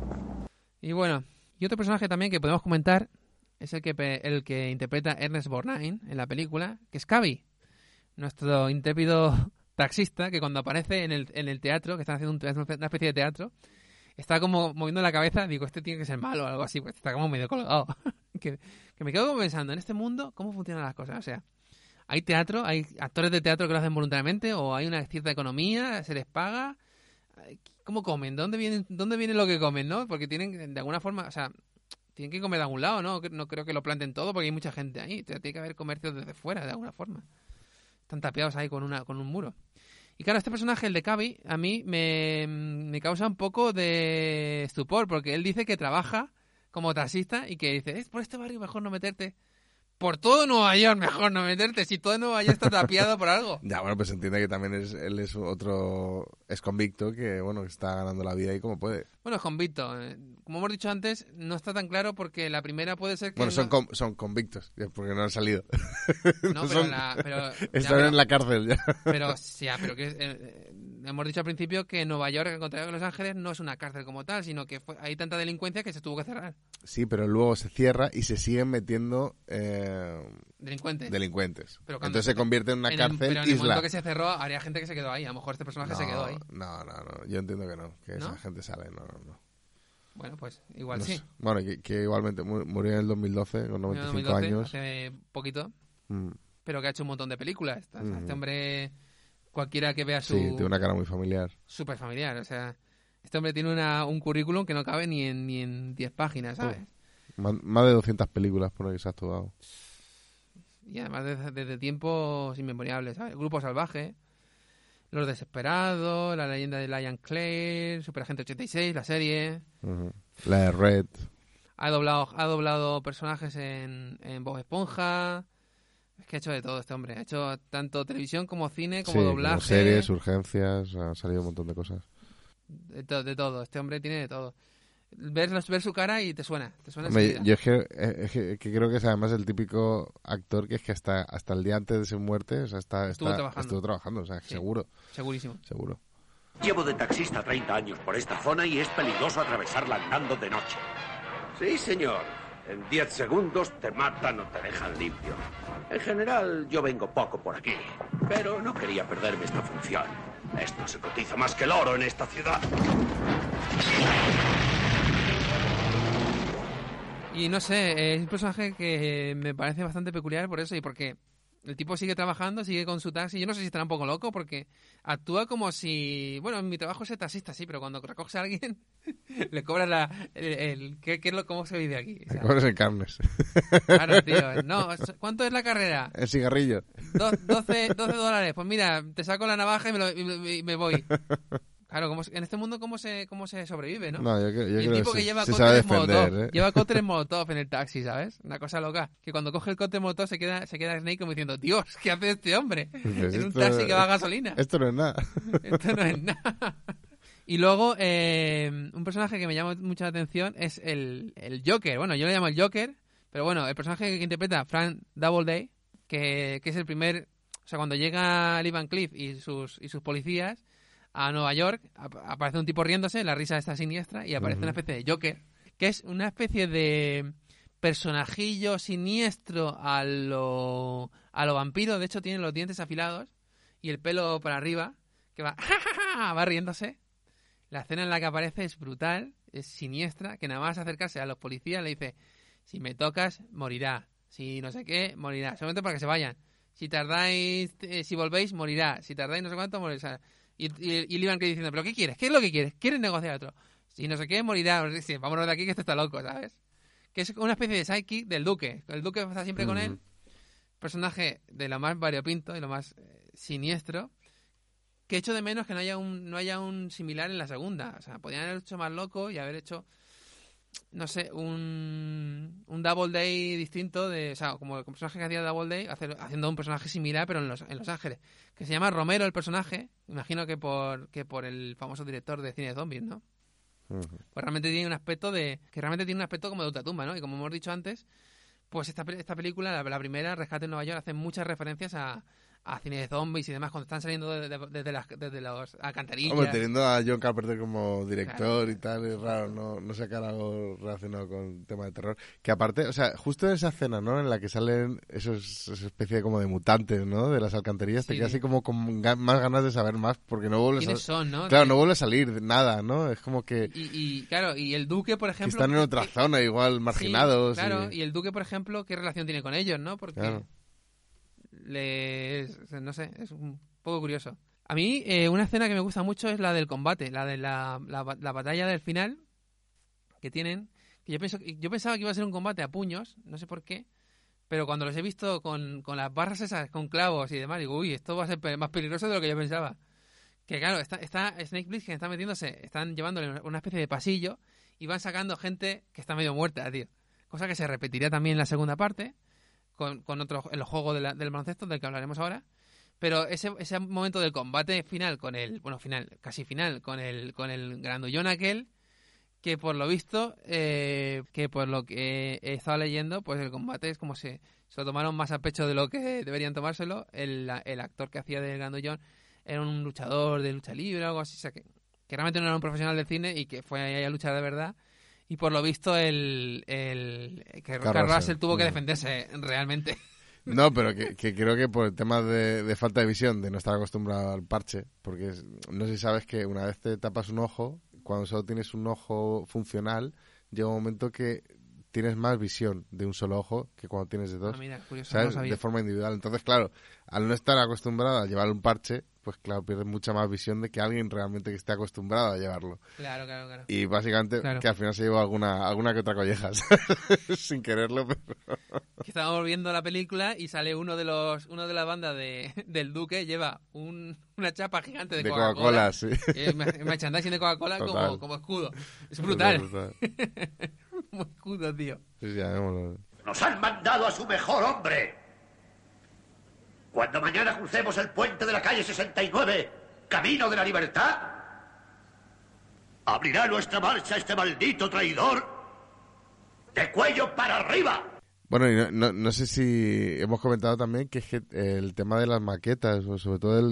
C: Y bueno, y otro personaje también que podemos comentar es el que interpreta Ernest Borgnine en la película, que es Cavi, nuestro intrépido taxista, que cuando aparece en el teatro, que están haciendo una especie de teatro, está como moviendo la cabeza. Digo, este tiene que ser malo o algo así, pues está como medio colgado. que me quedo como pensando, en este mundo, ¿cómo funcionan las cosas? O sea, hay teatro, hay actores de teatro que lo hacen voluntariamente, o hay una cierta economía, se les paga. ¿Cómo comen? ¿Dónde viene lo que comen, no? Porque tienen, de alguna forma, o sea, tienen que comer de algún lado, ¿no? No creo que lo planten todo porque hay mucha gente ahí. O sea, tiene que haber comercio desde fuera, de alguna forma. Están tapiados ahí con un muro. Y claro, este personaje, el de Cavi, a mí me causa un poco de estupor, porque él dice que trabaja como taxista y que dice, por este barrio mejor no meterte. Por todo Nueva York mejor no meterte, si todo Nueva York está tapiado por algo.
D: Ya, bueno, pues se entiende que también él es otro convicto que, bueno, está ganando la vida ahí como puede.
C: Bueno, es convicto. Como hemos dicho antes, no está tan claro porque la primera puede ser que...
D: Bueno, son convictos, porque no han salido.
C: No,
D: están en la cárcel ya.
C: Pero que hemos dicho al principio que Nueva York, al contrario que Los Ángeles, no es una cárcel como tal, sino que hay tanta delincuencia que se tuvo que cerrar.
D: Sí, pero luego se cierra y se siguen metiendo
C: delincuentes.
D: Entonces se convierte en una cárcel
C: pero en el
D: isla.
C: momento que se cerró, habría gente que se quedó ahí. A lo mejor este personaje se quedó ahí.
D: No. Yo entiendo que no. Que
C: ¿No?
D: esa gente sale. No.
C: Bueno, pues igual
D: no
C: sí.
D: Sé. Bueno, que igualmente murió en el 2012 con 95 años.
C: Hace poquito. Pero que ha hecho un montón de películas. Este hombre, cualquiera que vea su...
D: Sí, tiene una cara muy familiar.
C: Súper familiar. O sea, este hombre tiene un currículum que no cabe ni en 10 páginas, ¿sabes?
D: Más de 200 películas por ahí se ha actuado.
C: Y además desde tiempos inmemoriales, ¿sabes? Grupo Salvaje, Los Desesperados, La Leyenda de Lion Clare, Superagente 86, la serie.
D: La de Red.
C: Ha doblado personajes en Bob Esponja. Es que ha hecho de todo este hombre. Ha hecho tanto televisión como cine, como
D: Sí,
C: doblaje.
D: como series, urgencias, ha salido un montón de cosas.
C: De todo. Este hombre tiene de todo. Ver su cara y te suena
D: Hombre,
C: enseguida.
D: yo es que creo que es además el típico actor que es que hasta el día antes de su muerte, o sea, estuvo trabajando, o sea,
C: Sí.
D: Seguro.
F: Llevo de taxista 30 años por esta zona y es peligroso atravesarla andando de noche. Sí, señor. En 10 segundos te matan o te dejan limpio. En general, yo vengo poco por aquí, pero no quería perderme esta función. Esto se cotiza más que el oro en esta ciudad.
C: Y no sé, es un personaje que me parece bastante peculiar por eso y porque el tipo sigue trabajando, sigue con su taxi. Yo no sé si estará un poco loco porque actúa como si... Bueno, en mi trabajo es taxista, sí, pero cuando recoges a alguien le cobras ¿cómo se vive aquí? O sea,
D: Cobras en carnes.
C: claro, tío. No, ¿cuánto es la carrera?
D: El cigarrillo.
C: $12. Pues mira, te saco la navaja y me voy. Claro, en este mundo cómo se sobrevive, ¿no?
D: No, yo
C: Y el
D: creo
C: tipo
D: que
C: que lleva
D: se sabe
C: cócteles
D: defender,
C: Molotov,
D: ¿eh?
C: lleva cócteles Molotov en el taxi, ¿sabes? Una cosa loca. Que cuando coge el cóctel Molotov se queda Snake como diciendo, Dios, ¿qué hace este hombre?
D: Pues
C: En un taxi que va a gasolina.
D: Esto no es nada.
C: Esto no es nada. Y luego, un personaje que me llama mucha atención es el Joker. Bueno, yo le llamo el Joker, pero bueno, el personaje que interpreta Frank Doubleday, que es el primer... O sea, cuando llega Lee Van Cleef y sus policías a Nueva York, aparece un tipo riéndose, la risa está siniestra, y aparece una especie de Joker, que es una especie de personajillo siniestro a lo vampiro. De hecho, tiene los dientes afilados y el pelo para arriba, que va riéndose. La escena en la que aparece es brutal, es siniestra, que nada más acercarse a los policías le dice, si me tocas, morirá. Si no sé qué, morirá. Solamente para que se vayan. Si tardáis, si volvéis, morirá. Si tardáis no sé cuánto, morirá. Y le iban diciendo, ¿pero qué quieres? ¿Qué es lo que quieres? ¿Quieres negociar otro? Si no sé qué, morirá. Sí, vámonos de aquí que esto está loco, ¿sabes? Que es una especie de sidekick del Duque. El Duque está siempre con él. Personaje de lo más variopinto y lo más siniestro. Que echo de menos que no haya un similar en la segunda. O sea, podrían haber hecho más loco y haber hecho, no sé, un Doubleday distinto, o sea, como el personaje que hacía Doubleday, haciendo un personaje similar, pero en Los Ángeles. Que se llama Romero el personaje, imagino que por el famoso director de cine de zombies, ¿no? Pues realmente tiene un aspecto como de ultratumba, ¿no? Y como hemos dicho antes, pues esta película, la primera, Rescate en Nueva York, hace muchas referencias a cine de zombies y demás, cuando están saliendo desde las alcantarillas.
D: Hombre, teniendo a John Carpenter como director,
C: claro,
D: y tal, es raro no sacar algo relacionado con tema de terror. Que aparte, o sea, justo en esa escena, ¿no? En la que salen esa especie como de mutantes, ¿no? De las alcantarillas, te quedas así como con más ganas de saber más, porque no vuelves
C: ¿Quiénes son, no?
D: Claro, no vuelve a salir nada, ¿no? Es como que...
C: Claro, y el Duque, por ejemplo...
D: Que están en otra zona, igual, marginados.
C: Sí, claro, y el Duque, por ejemplo, ¿qué relación tiene con ellos, no? Porque...
D: Claro.
C: no sé, es un poco curioso. A mí, una escena que me gusta mucho es la del combate, la de la batalla del final que tienen. Que yo pensaba que iba a ser un combate a puños, no sé por qué, pero cuando los he visto con las barras esas, con clavos y demás, digo, uy, esto va a ser más peligroso de lo que yo pensaba. Que claro, está Snake Plissken, está metiéndose, están llevándole una especie de pasillo y van sacando gente que está medio muerta, tío. Cosa que se repetiría también en la segunda parte, con otro, el juego del baloncesto, del que hablaremos ahora. Pero ese momento del combate final casi final, con el grandullón aquel, que por lo visto, que por lo que he estado leyendo, pues el combate es como se lo tomaron más a pecho de lo que deberían tomárselo. El actor que hacía del grandullón era un luchador de lucha libre o algo así, o sea, que realmente no era un profesional del cine y que fue ahí a luchar de verdad. Y por lo visto que Russell tuvo que defenderse realmente.
D: No, pero que creo que por el tema de falta de visión, de no estar acostumbrado al parche, porque no sé si sabes que una vez te tapas un ojo, cuando solo tienes un ojo funcional, llega un momento que tienes más visión de un solo ojo que cuando tienes de dos.
C: Mira, curioso,
D: ¿sabes?
C: no sabía.
D: De forma individual. Entonces, claro, al no estar acostumbrado a llevar un parche, pues claro, pierdes mucha más visión de que alguien realmente que esté acostumbrado a llevarlo.
C: Claro.
D: Y básicamente que al final se lleva alguna que otra colleja, sin quererlo, pero...
C: Que estábamos viendo la película y sale uno de la banda del Duque, lleva una chapa gigante de
D: Coca-Cola, sí.
C: Merchandising de Coca-Cola como escudo. Es brutal. Como escudo, tío.
D: Sí, llamémoslo.
F: ¡Nos han mandado a su mejor hombre! Cuando mañana crucemos el puente de la calle 69, camino de la libertad, abrirá nuestra marcha este maldito traidor de cuello para arriba.
D: Bueno, y no sé si hemos comentado también que es que el tema de las maquetas, o sobre todo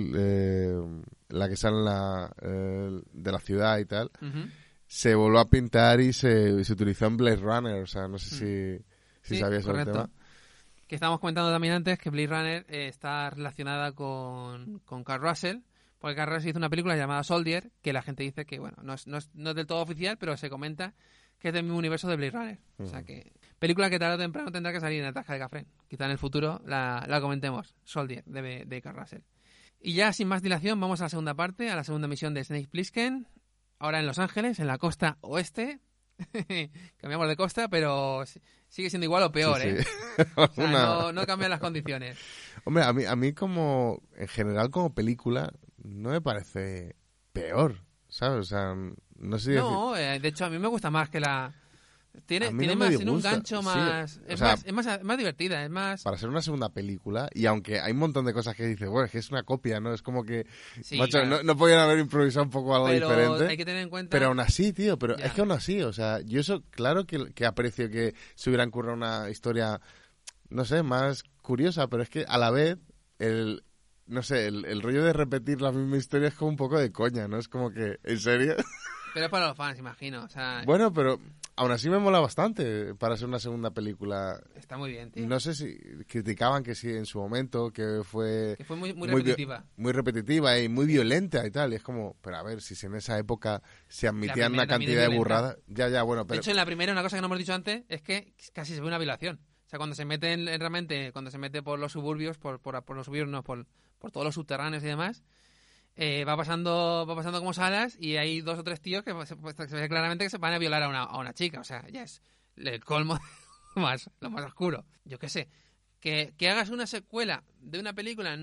D: la que sale de la ciudad y tal, se volvió a pintar y se utilizó en Blade Runner. O sea, no sé si sabías sobre el tema.
C: Que estábamos comentando también antes que Blade Runner está relacionada con Kurt Russell, porque Kurt Russell hizo una película llamada Soldier, que la gente dice que, bueno, no es del todo oficial, pero se comenta que es del mismo universo de Blade Runner. O sea que película que tarde o temprano tendrá que salir en la Tasca de Café. Quizá en el futuro la comentemos. Soldier, de Kurt Russell. Y ya sin más dilación vamos a la segunda parte, a la segunda misión de Snake Plissken. Ahora en Los Ángeles, en la costa oeste. Cambiamos de costa, pero sigue siendo igual o peor,
D: sí.
C: O sea, no cambian las condiciones.
D: Hombre, a mí como, en general como película, no me parece peor, ¿sabes? O sea, no sé.
C: No, de hecho a mí me gusta más que la... Tiene un gancho más...
D: Sí,
C: es más divertida, es más...
D: Para ser una segunda película, y aunque hay un montón de cosas que dices, bueno, es que es una copia, ¿no? Es como que...
C: Sí,
D: macho,
C: claro.
D: no podían haber improvisado un poco algo diferente.
C: Hay que tener en cuenta...
D: Pero aún así, tío, pero
C: Ya.
D: es que aún así, o sea, yo eso, claro que aprecio que se hubiera ocurrido una historia, no sé, más curiosa, pero es que a la vez, el rollo de repetir la misma historia es como un poco de coña, ¿no? Es como que, ¿en serio?
C: Pero es para los fans, imagino. O sea,
D: Bueno, pero aún así me mola bastante para ser una segunda película.
C: está muy bien, tío.
D: No sé si criticaban que sí en su momento, que fue
C: muy repetitiva.
D: muy repetitiva y muy violenta y tal. Y es como, pero a ver, si en esa época se admitían una
C: primera también
D: cantidad
C: es
D: de
C: violenta.
D: burradas. Ya, bueno,
C: De
D: pero...
C: hecho, en la primera, una cosa que no hemos dicho antes, es que casi se ve una violación. O sea, cuando se mete realmente, cuando se mete por los suburbios, por los suburbios, no, por todos los subterráneos y demás, va pasando como salas y hay 2 o 3 tíos que se ve claramente que se van a violar a una chica. O sea, ya es el colmo lo más oscuro. Yo qué sé. Que hagas una secuela de una película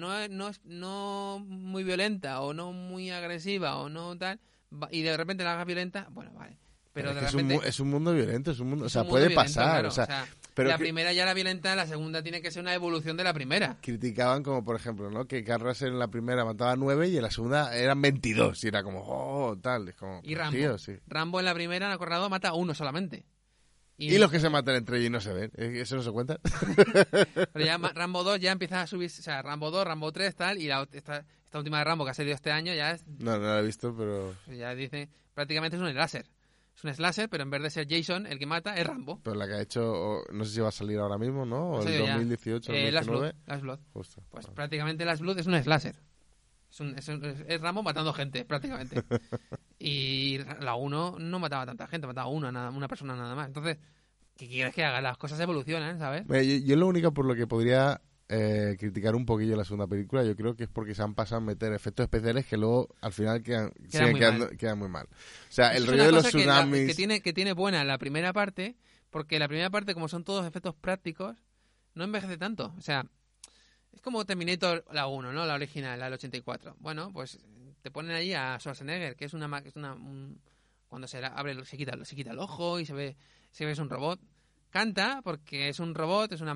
C: no muy violenta o no muy agresiva o no tal, y de repente la hagas violenta, bueno, vale. Pero de repente...
D: es un mundo violento, es un mundo... O sea,
C: un mundo
D: puede
C: violento,
D: pasar,
C: claro.
D: o sea... Pero
C: la primera ya era violenta, la segunda tiene que ser una evolución de la primera.
D: criticaban como, por ejemplo, ¿no? Que Kurt Russell en la primera mataba 9 y en la segunda eran 22. Y era como, tal. Es como,
C: Y Rambo.
D: tío, sí.
C: Rambo en la primera, en Acorralado, mata a 1 solamente.
D: Y los que se matan entre ellos y no se ven. ¿Eso no se cuenta?
C: Pero ya Rambo 2 ya empieza a subir, o sea, Rambo 2, Rambo 3, tal, y esta última de Rambo que ha salido este año ya es...
D: No la he visto, pero...
C: Ya dice, prácticamente es un slasher. Es un slasher, pero en vez de ser Jason el que mata, es Rambo.
D: Pero la que ha hecho, no sé si va a salir ahora mismo, ¿no? O el 2018, 2019.
C: Last Blood.
D: Justo.
C: Pues prácticamente Last Blood es un slasher. Es Rambo matando gente, prácticamente. Y la 1 no mataba a tanta gente, mataba a una persona nada más. Entonces, ¿qué quieres que haga? Las cosas evolucionan, ¿sabes?
D: Yo lo único por lo que podría criticar un poquillo la segunda película, yo creo que es porque se han pasado a meter efectos especiales que luego al final quedan muy mal. O sea, el rollo de los tsunamis...
C: Que tiene buena la primera parte, porque la primera parte, como son todos efectos prácticos, no envejece tanto. O sea, es como Terminator la 1, ¿no? La original, la del 84. Bueno, pues te ponen ahí a Schwarzenegger, que es cuando se quita el ojo y se ve es un robot. Canta porque es un robot, es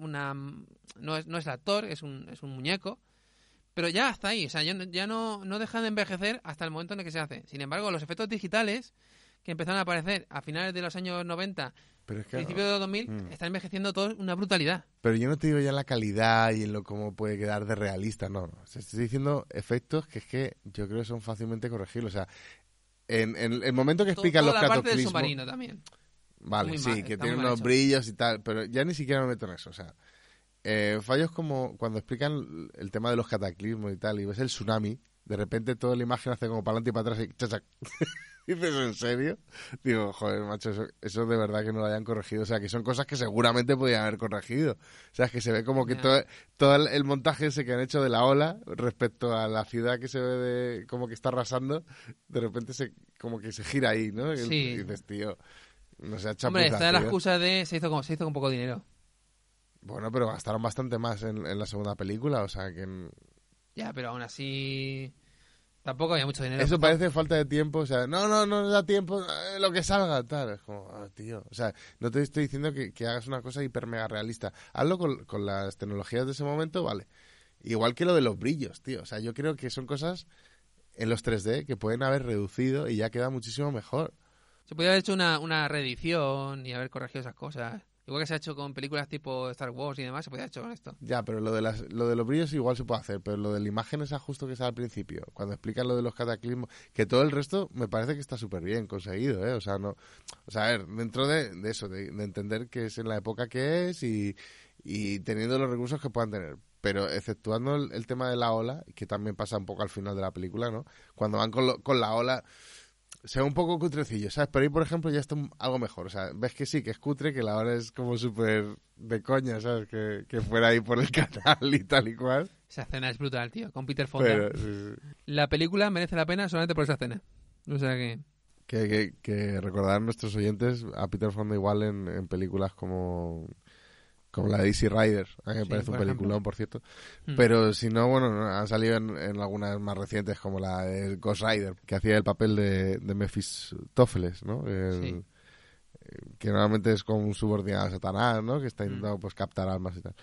C: no es el actor, es un muñeco, pero ya hasta ahí, o sea, ya no dejan de envejecer hasta el momento en el que se hace. Sin embargo, los efectos digitales que empezaron a aparecer a finales de los años 90, principios de los 2000, están envejeciendo todos una brutalidad.
D: Pero yo no te digo ya en la calidad y en lo cómo puede quedar de realista, no. O sea, estoy diciendo efectos que es que yo creo que son fácilmente corregibles. O sea, en el momento que explican los
C: toda la parte del
D: cataclismos...
C: submarino también.
D: Vale, sí, que tiene unos brillos y tal, pero ya ni siquiera me meto en eso, o sea, fallos como cuando explican el tema de los cataclismos y tal, y ves el tsunami, de repente toda la imagen hace como para adelante y para atrás y chachac. ¿Dices en serio? Digo, joder, macho, eso de verdad que no lo hayan corregido, o sea, que son cosas que seguramente podían haber corregido, o sea, es que se ve como que todo el montaje ese que han hecho de la ola respecto a la ciudad que se ve como que está arrasando, de repente como que se gira ahí, ¿no?
C: Sí.
D: Y dices, tío... No sea chapuza.
C: Hombre, está la excusa de se hizo con poco dinero.
D: Bueno, pero gastaron bastante más en la segunda película, o sea que...
C: Ya, pero aún así tampoco había mucho dinero.
D: Eso parece falta de tiempo, o sea, no da tiempo, lo que salga, tal. Es como, tío, o sea, no te estoy diciendo que hagas una cosa hiper mega realista. Hazlo con las tecnologías de ese momento, vale. Igual que lo de los brillos, tío. O sea, yo creo que son cosas en los 3D que pueden haber reducido y ya queda muchísimo mejor.
C: Se podría haber hecho una reedición y haber corregido esas cosas. Igual que se ha hecho con películas tipo Star Wars y demás, se podría haber hecho con esto.
D: Ya, pero lo de los brillos igual se puede hacer, pero lo de la imagen esa justo que está al principio, cuando explican lo de los cataclismos, que todo el resto me parece que está súper bien conseguido, ¿eh? O sea, no, o sea, a ver, dentro de eso, de entender que es en la época que es y teniendo los recursos que puedan tener. Pero exceptuando el tema de la ola, que también pasa un poco al final de la película, ¿no? Cuando van con la ola, se ve un poco cutrecillo, ¿sabes? Pero ahí, por ejemplo, ya está algo mejor. O sea, ves que sí, que es cutre, que la ola es como súper de coña, ¿sabes? Que fuera ahí por el canal y tal y cual.
C: Esa escena es brutal, tío, con Peter Fonda.
D: Pero, sí.
C: La película merece la pena solamente por esa escena. O sea que...
D: Que recordar a nuestros oyentes a Peter Fonda igual en películas como la de Easy Rider, a mí me parece un peliculón, por cierto. Pero si no, bueno, han salido en algunas más recientes, como la de Ghost Rider, que hacía el papel de Mefistófeles, ¿no? Que normalmente es como un subordinado a Satanás, ¿no? Que está intentando pues captar almas y tal.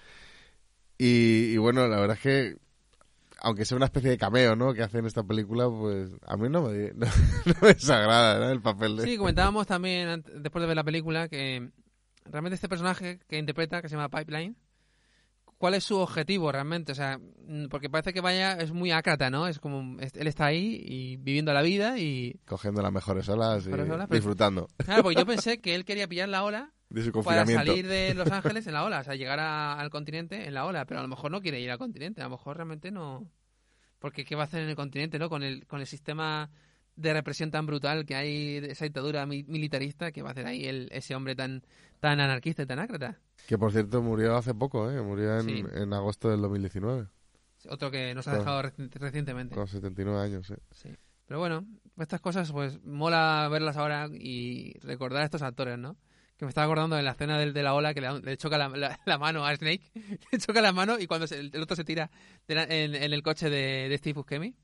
D: Y bueno, la verdad es que, aunque sea una especie de cameo, ¿no? Que hace en esta película, pues a mí no me desagrada, ¿no? El papel de...
C: Sí, comentábamos también, después de ver la película, que realmente este personaje que interpreta, que se llama Pipeline, ¿cuál es su objetivo realmente? O sea, porque parece que es muy ácrata, ¿no? Es como, él está ahí y viviendo la vida y...
D: cogiendo las mejores olas y disfrutando.
C: Claro, porque yo pensé que él quería pillar la ola
D: de su
C: para
D: confinamiento.
C: salir de Los Ángeles en la ola, o sea, llegar al continente en la ola, pero a lo mejor no quiere ir al continente, a lo mejor realmente no... Porque ¿qué va a hacer en el continente, no? Con el sistema de represión tan brutal que hay, esa dictadura militarista, ¿qué va a hacer ahí ese hombre tan anarquista y tan ácrata?
D: Que por cierto murió hace poco, murió en agosto del 2019.
C: Otro que nos ha dejado recientemente.
D: Con 79 años,
C: Sí. Pero bueno, estas cosas pues mola verlas ahora y recordar a estos actores, ¿no? Que me estaba acordando de la escena de la ola que le choca la mano a Snake, le choca la mano y cuando el otro se tira en el coche de Steve Buscemi.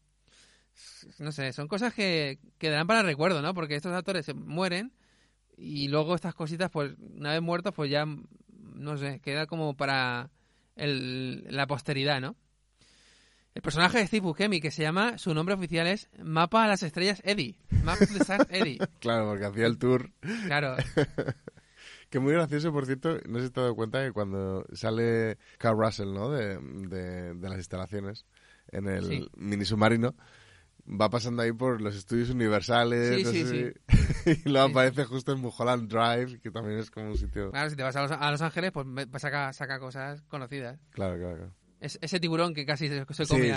C: No sé, son cosas que quedarán para el recuerdo, ¿no? Porque estos actores se mueren y luego estas cositas, pues una vez muertos, pues ya, no sé, queda como para la posteridad, ¿no? El personaje de Steve Buscemi, que se llama, su nombre oficial es Mapa a las Estrellas Eddie. Map of the Stars Eddie.
D: Claro, porque hacía el tour.
C: Claro.
D: Que muy gracioso, por cierto, no sé si te has dado cuenta que cuando sale Carl Russell, ¿no? De las instalaciones en el mini submarino, va pasando ahí por los estudios universales.
C: Sí.
D: Y luego aparece justo en Mulholland Drive, que también es como un sitio...
C: Claro, si te vas a Los Ángeles, pues saca cosas conocidas.
D: Claro.
C: Ese tiburón que casi se come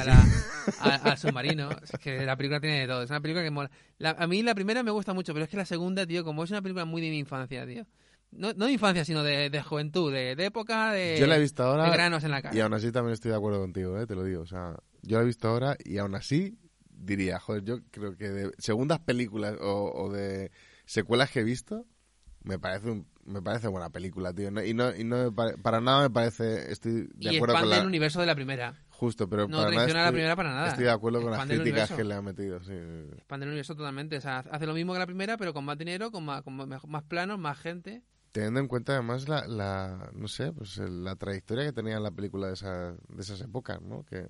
C: al submarino. Es que la película tiene de todo. Es una película que mola. A mí la primera me gusta mucho, pero es que la segunda, tío, como es una película muy de mi infancia, tío. No de infancia, sino de juventud, de época,
D: yo la he visto ahora,
C: de granos en la cara.
D: Y aún así también estoy de acuerdo contigo, te lo digo. O sea, yo la he visto ahora y aún así diría, joder, yo creo que de segundas películas o de secuelas que he visto, me parece buena película, tío. Para nada me parece, estoy de acuerdo con
C: el universo de la primera.
D: Justo, pero
C: no traiciona la primera para nada.
D: Estoy de acuerdo con las críticas que le han metido, sí.
C: Expande el universo totalmente. O sea, hace lo mismo que la primera, pero con más dinero, con más planos, más gente.
D: Teniendo en cuenta además no sé, pues la trayectoria que tenía la película de esas épocas, ¿no? Que...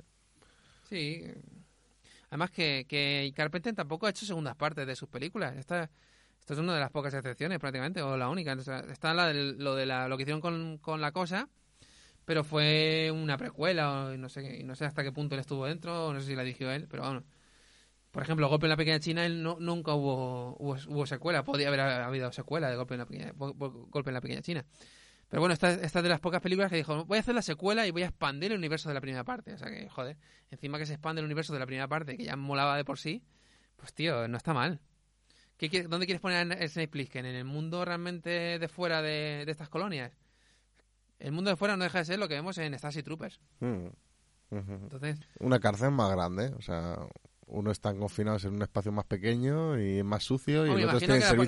C: Sí. Además que Carpenter tampoco ha hecho segundas partes de sus películas. Esta es una de las pocas excepciones prácticamente, o la única. O sea, está lo que hicieron con La Cosa, pero fue una precuela, y no sé hasta qué punto él estuvo dentro, o no sé si la dirigió él, pero bueno. Por ejemplo, Golpe en la Pequeña China, él nunca hubo secuela. Podía haber habido secuela de Golpe en la Pequeña China. Pero bueno, esta es de las pocas películas que dijo, voy a hacer la secuela y voy a expandir el universo de la primera parte. O sea que, joder, encima que se expande el universo de la primera parte, que ya molaba de por sí, pues tío, no está mal. ¿Dónde quieres poner a Snake Plissken? ¿En el mundo realmente de fuera de estas colonias? El mundo de fuera no deja de ser lo que vemos en Starship Troopers. Entonces,
D: una cárcel más grande, o sea... Uno están confinados en un espacio más pequeño y es más sucio, y el otro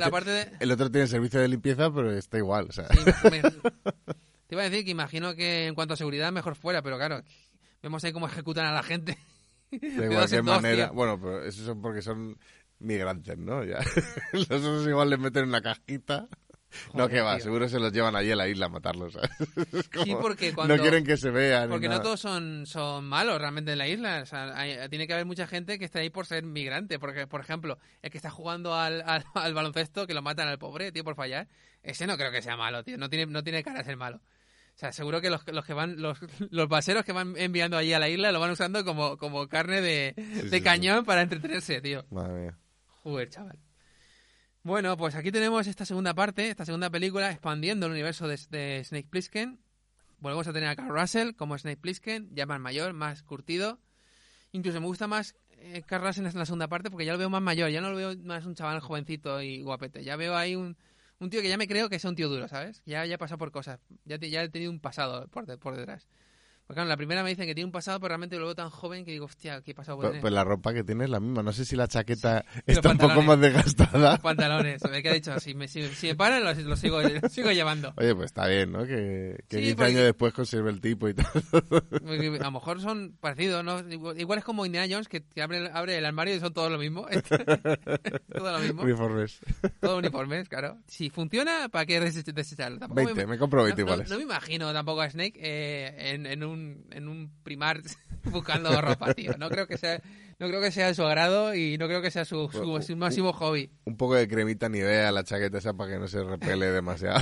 D: tiene servicio de limpieza, pero está igual. O sea.
C: Sí, te iba a decir que imagino que en cuanto a seguridad mejor fuera, pero claro, vemos ahí cómo ejecutan a la gente.
D: De cualquier manera. Bueno, pero eso es porque son migrantes, ¿no? Ya. Los otros igual les meten en una cajita No, que va,
C: tío.
D: seguro se los llevan allí a la isla a matarlos, ¿sabes? Es como,
C: Sí, porque cuando...
D: no quieren que se vean.
C: Porque
D: ni
C: no
D: nada.
C: todos son malos realmente en la isla. O sea, tiene que haber mucha gente que esté ahí por ser migrante. Porque, por ejemplo, el que está jugando al baloncesto, que lo matan al pobre, tío, por fallar, ese no creo que sea malo, tío. No tiene cara de ser malo. O sea, seguro que los que van, los baseros que van enviando allí a la isla lo van usando como carne de cañón para entretenerse, tío.
D: Madre mía.
C: Joder, chaval. Bueno, pues aquí tenemos esta segunda parte, esta segunda película, expandiendo el universo de Snake Plissken. Volvemos a tener a Carl Russell como Snake Plissken, ya más mayor, más curtido. Incluso me gusta más Carl Russell en la segunda parte porque ya lo veo más mayor, ya no lo veo más un chaval jovencito y guapete. Ya veo ahí un tío que ya me creo que es un tío duro, ¿sabes? Ya ha pasado por cosas, ya ha tenido un pasado por detrás. Porque claro, la primera me dicen que tiene un pasado, pero realmente lo veo tan joven que digo, hostia, ¿qué pasado puede tener?
D: Pues la ropa que tiene es la misma. No sé si la chaqueta
C: Y
D: está un poco más desgastada.
C: Los pantalones, que ha dicho, si me paran, los sigo llevando.
D: Oye, pues está bien, ¿no? Que
C: Sí,
D: 15
C: porque-
D: años después conserve el tipo y tal.
C: Porque a lo mejor son parecidos, ¿no? Igual es como Indiana Jones, que abre el armario y son todos lo mismo. Todo lo mismo.
D: Uniformes.
C: Todos uniformes, claro. Si funciona, ¿para qué desecharlo? Tampoco
D: 20, me compro 20 iguales.
C: No me imagino tampoco a Snake en un primar buscando ropa, tío. No creo que sea de su agrado y no creo que sea su máximo hobby.
D: Un poco de cremita Nivea a la chaqueta esa para que no se repele demasiado.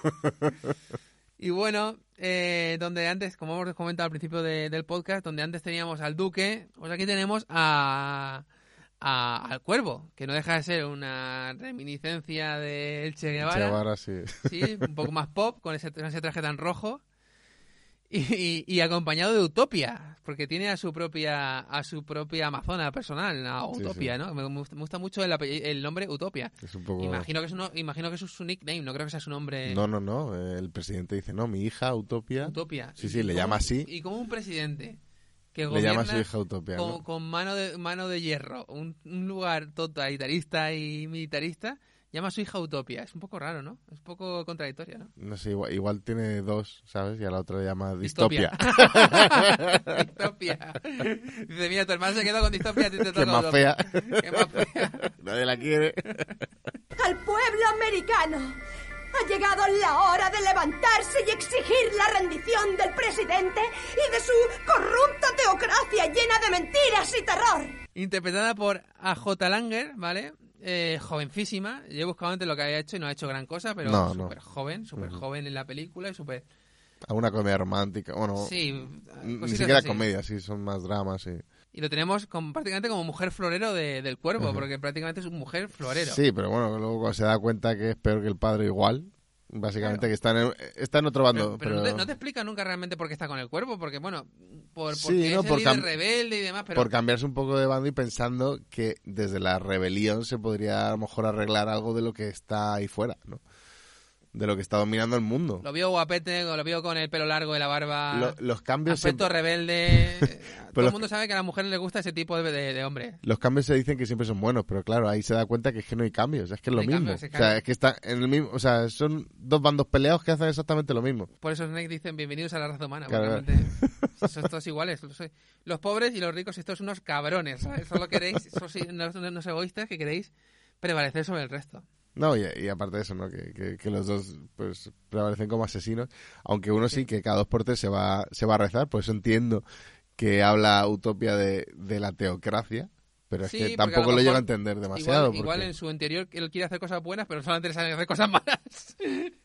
C: Y bueno, donde antes, como hemos comentado al principio del podcast, donde antes teníamos al Duque, pues aquí tenemos al Cuervo, que no deja de ser una reminiscencia del Che Guevara.
D: Che Guevara, sí.
C: Sí, un poco más pop, con ese traje tan rojo. Y acompañado de Utopia, porque tiene a su propia amazona personal, a Utopia,
D: sí.
C: ¿no? Me gusta mucho el nombre Utopia.
D: Es un poco...
C: Imagino que es su nickname, no creo que sea su nombre.
D: No. El presidente dice, no, mi hija Utopia.
C: Utopia.
D: Sí, le llama así.
C: Y como un presidente que
D: Le
C: gobierna
D: llama a su hija Utopia, ¿no?
C: con mano de hierro, un lugar totalitarista y militarista, llama a su hija Utopia. Es un poco raro, ¿no? Es un poco contradictorio, ¿no?
D: No sé, igual tiene dos, ¿sabes? Y a la otra le llama Distopia.
C: Distopia. Dice, mira, tu hermano se quedó con Distopia, a ti te toca
D: Que más
C: Utopia.
D: fea.
C: Qué más fea.
D: Nadie la quiere.
G: Al pueblo americano. Ha llegado la hora de levantarse y exigir la rendición del presidente y de su corrupta teocracia llena de mentiras y terror.
C: Interpretada por A.J. Langer, ¿vale? Jovencísima. Yo he buscado antes lo que había hecho y no ha hecho gran cosa, pero
D: No.
C: súper joven en la película y súper...
D: Alguna comedia romántica. Bueno,
C: Sí,
D: ni
C: cositas
D: siquiera
C: así.
D: comedia, sí, son más dramas, sí.
C: Y lo tenemos prácticamente como mujer florero del Cuervo, porque prácticamente es una mujer florero.
D: Sí, pero bueno, luego cuando se da cuenta que es peor que el padre igual, básicamente que está en otro bando.
C: Pero no te explica nunca realmente por qué está con el Cuervo, porque bueno, porque
D: Sí,
C: es
D: ¿no?
C: el
D: Por
C: líder rebelde y demás, pero
D: Por cambiarse un poco de bando y pensando que desde la rebelión se podría a lo mejor arreglar algo de lo que está ahí fuera, ¿no? De lo que está dominando el mundo.
C: lo vio guapete, lo vio con el pelo largo y la barba,
D: Los cambios
C: aspecto rebelde. Todo el
D: los-
C: mundo sabe que a la mujer le gusta ese tipo de hombre.
D: Los cambios se dicen que siempre son buenos, pero claro, ahí se da cuenta que es que no hay cambios, es que es
C: No
D: lo
C: hay
D: mismo.
C: cambios,
D: O
C: claro.
D: sea, es que está en el mismo, o sea, son dos bandos peleados que hacen exactamente lo mismo.
C: Por eso Snake dicen bienvenidos a la raza humana.
D: Claro.
C: Porque realmente son todos iguales. Los pobres y los ricos, estos unos cabrones, ¿sabes? Solo queréis, unos egoístas que queréis prevalecer sobre el resto.
D: No, y aparte de eso, ¿no? Que los dos pues prevalecen como asesinos, aunque uno sí que cada 2 por 3 se va a rezar, por eso entiendo que habla Utopia de la teocracia, pero es
C: Sí,
D: que
C: porque
D: tampoco
C: a lo
D: lo
C: mejor
D: llega a entender demasiado.
C: Igual
D: porque-
C: en su interior él quiere hacer cosas buenas, pero solamente le salen hacer cosas malas.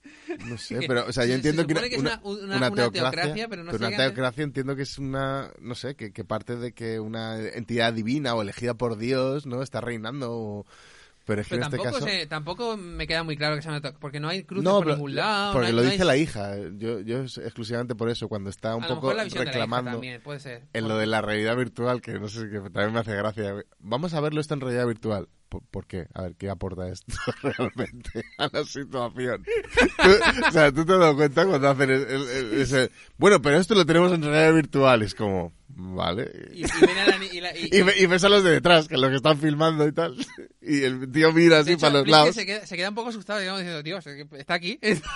D: No sé, pero, o sea, yo
C: Se
D: entiendo
C: supone
D: que
C: es
D: una
C: una teocracia, pero no
D: una
C: sé qué-
D: teocracia entiendo que es una, no sé, que parte de que una entidad divina o elegida por Dios, ¿no? Está reinando, pero es que
C: Pero
D: en este caso...
C: tampoco me queda muy claro que sea una teocracia, porque no hay cruces
D: No,
C: por
D: pero-
C: ningún lado.
D: porque
C: no hay-
D: lo
C: no
D: dice
C: hay-
D: la hija, yo es exclusivamente por eso, cuando está un
C: a lo
D: poco
C: mejor la visión de la hija
D: reclamando
C: también, puede ser.
D: en lo de la realidad virtual, que no sé, que también me hace gracia. Vamos a verlo esto en realidad virtual. ¿Por qué? A ver, ¿qué aporta esto realmente a la situación? O sea, tú te has dado cuenta cuando hacen ese... Bueno, pero esto lo tenemos en realidad virtual. Es como, vale.
C: Y ven a la ni- y la- y-
D: Y ves a los de detrás, que es los que están filmando y tal. Y el tío mira
C: de
D: así
C: hecho,
D: para los
C: Blinken
D: lados.
C: se queda un poco asustado, digamos, diciendo, Dios, está aquí.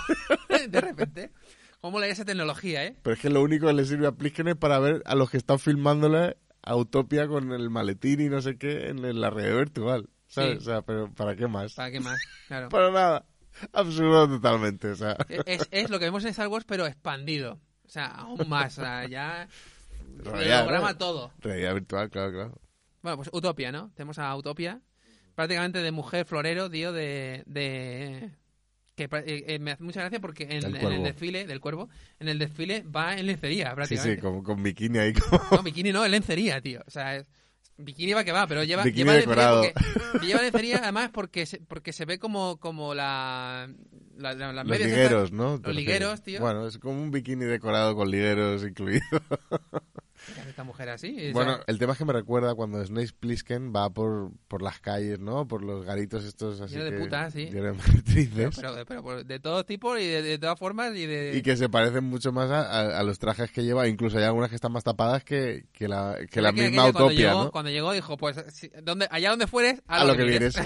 C: De repente. ¿Cómo le da esa tecnología, eh?
D: Pero es que lo único que le sirve a Plisken es para ver a los que están filmándole a Utopia con el maletín y no sé qué en la realidad virtual. ¿Sabes?
C: Sí.
D: O sea, pero ¿para qué más?
C: ¿Para qué más? Claro.
D: Para nada. Absurdo totalmente, o sea.
C: Es lo que vemos en Star Wars, pero expandido. O sea, aún más. O sea, ya...
D: Realidad,
C: holograma
D: ¿no?
C: todo.
D: Realidad virtual, claro.
C: Bueno, pues Utopia, ¿no? Tenemos a Utopia. Prácticamente de mujer florero, tío, que me hace mucha gracia porque en el desfile del Cuervo, en el desfile va en lencería, prácticamente.
D: Sí, con bikini ahí.
C: No, bikini no, en lencería, tío. O sea, bikini va que va, pero lleva
D: Bikini
C: lencería
D: decorado.
C: lleva lencería además porque se ve como las
D: Los
C: medias
D: ligueros,
C: estas,
D: ¿no?
C: Los ligueros, tío.
D: Bueno, es como un bikini decorado con ligueros incluidos.
C: Esta mujer así.
D: Bueno, el tema es que me recuerda cuando Snake Plissken va por las calles, ¿no? Por los garitos estos así
C: lleno de putas, sí.
D: lleno de meretrices.
C: Pero de todo tipo y de todas formas y
D: que se parecen mucho más a los trajes que lleva. Incluso hay algunas que están más tapadas que la misma Utopia, ¿no?
C: Cuando llegó dijo, pues allá donde fueres,
D: a lo que vienes.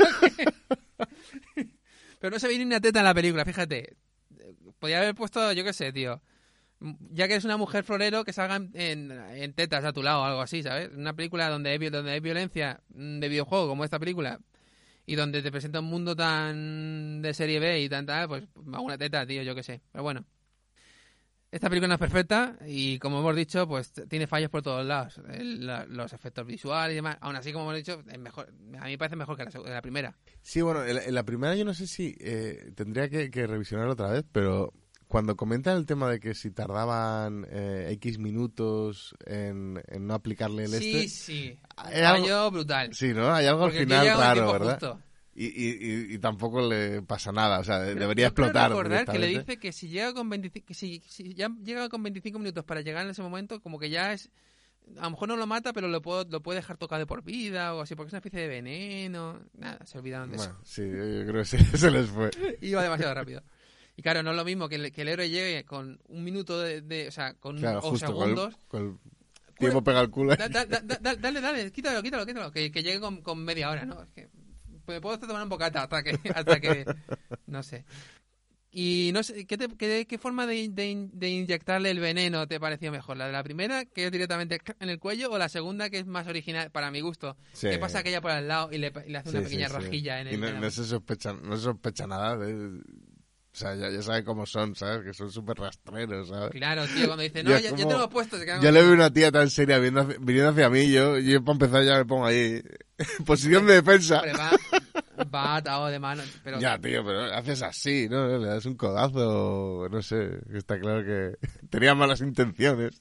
C: Pero no se ve ni una teta en la película, fíjate. Podría haber puesto, yo qué sé, tío. Ya que eres una mujer florero, que salgan en tetas a tu lado o algo así, ¿sabes? Una película donde hay violencia de videojuego como esta película y donde te presenta un mundo tan de serie B y tan tal, pues alguna teta, tío, yo qué sé. Pero bueno, esta película no es perfecta y como hemos dicho, pues tiene fallos por todos lados. Los efectos visuales y demás. Aún así, como hemos dicho, es mejor. A mí me parece mejor que la primera.
D: Sí, bueno, en la primera yo no sé si tendría que revisionarlo otra vez, pero... Cuando comentan el tema de que si tardaban X minutos en no aplicarle el
C: Sí.
D: Hay algo
C: fallo brutal.
D: Sí, ¿no? Hay algo
C: porque
D: al final raro, ¿verdad?
C: Justo.
D: Y tampoco le pasa nada, o sea, debería
C: Yo
D: explotar.
C: Creo recordar que le dice que si llega con 25, si ya llega con 25 minutos para llegar en ese momento, como que ya es... A lo mejor no lo mata, pero lo puede dejar tocado de por vida o así, porque es una especie de veneno. Nada, se olvidaron de eso.
D: Sí, yo creo que se les fue.
C: Iba demasiado rápido. Y claro, no es lo mismo que el héroe llegue con un minuto o sea, con
D: justo,
C: segundos.
D: Con el tiempo pega el culo.
C: Dale, quítalo. Que llegue con media hora, ¿no? Es que me puedo tomar un bocata hasta que no sé. Y no sé, ¿qué forma de inyectarle el veneno te pareció mejor? ¿La de la primera, que es directamente en el cuello, o la segunda, que es más original, para mi gusto?
D: Sí.
C: Que pasa aquella por al lado y le hace una pequeña rajilla en el...
D: Y no se sospecha nada o sea, ya sabe cómo son, ¿sabes? Que son súper rastreros, ¿sabes?
C: Claro, tío, cuando dice, no, ya te lo he puesto.
D: Yo le veo una tía tan seria viniendo hacia mí, yo para empezar ya me pongo ahí. Posición de defensa.
C: Va atado de mano. Pero...
D: Ya, tío, pero haces así, ¿no? Le das un codazo, no sé. Está claro que tenía malas intenciones.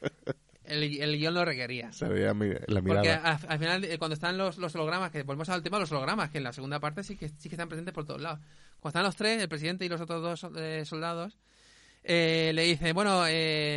C: El guión lo requería.
D: Se veía la mirada.
C: Porque al final, cuando están los hologramas, que volvemos al tema de los hologramas, que en la segunda parte sí que están presentes por todos lados. Cuando están los tres, el presidente y los otros dos soldados, le dice, bueno,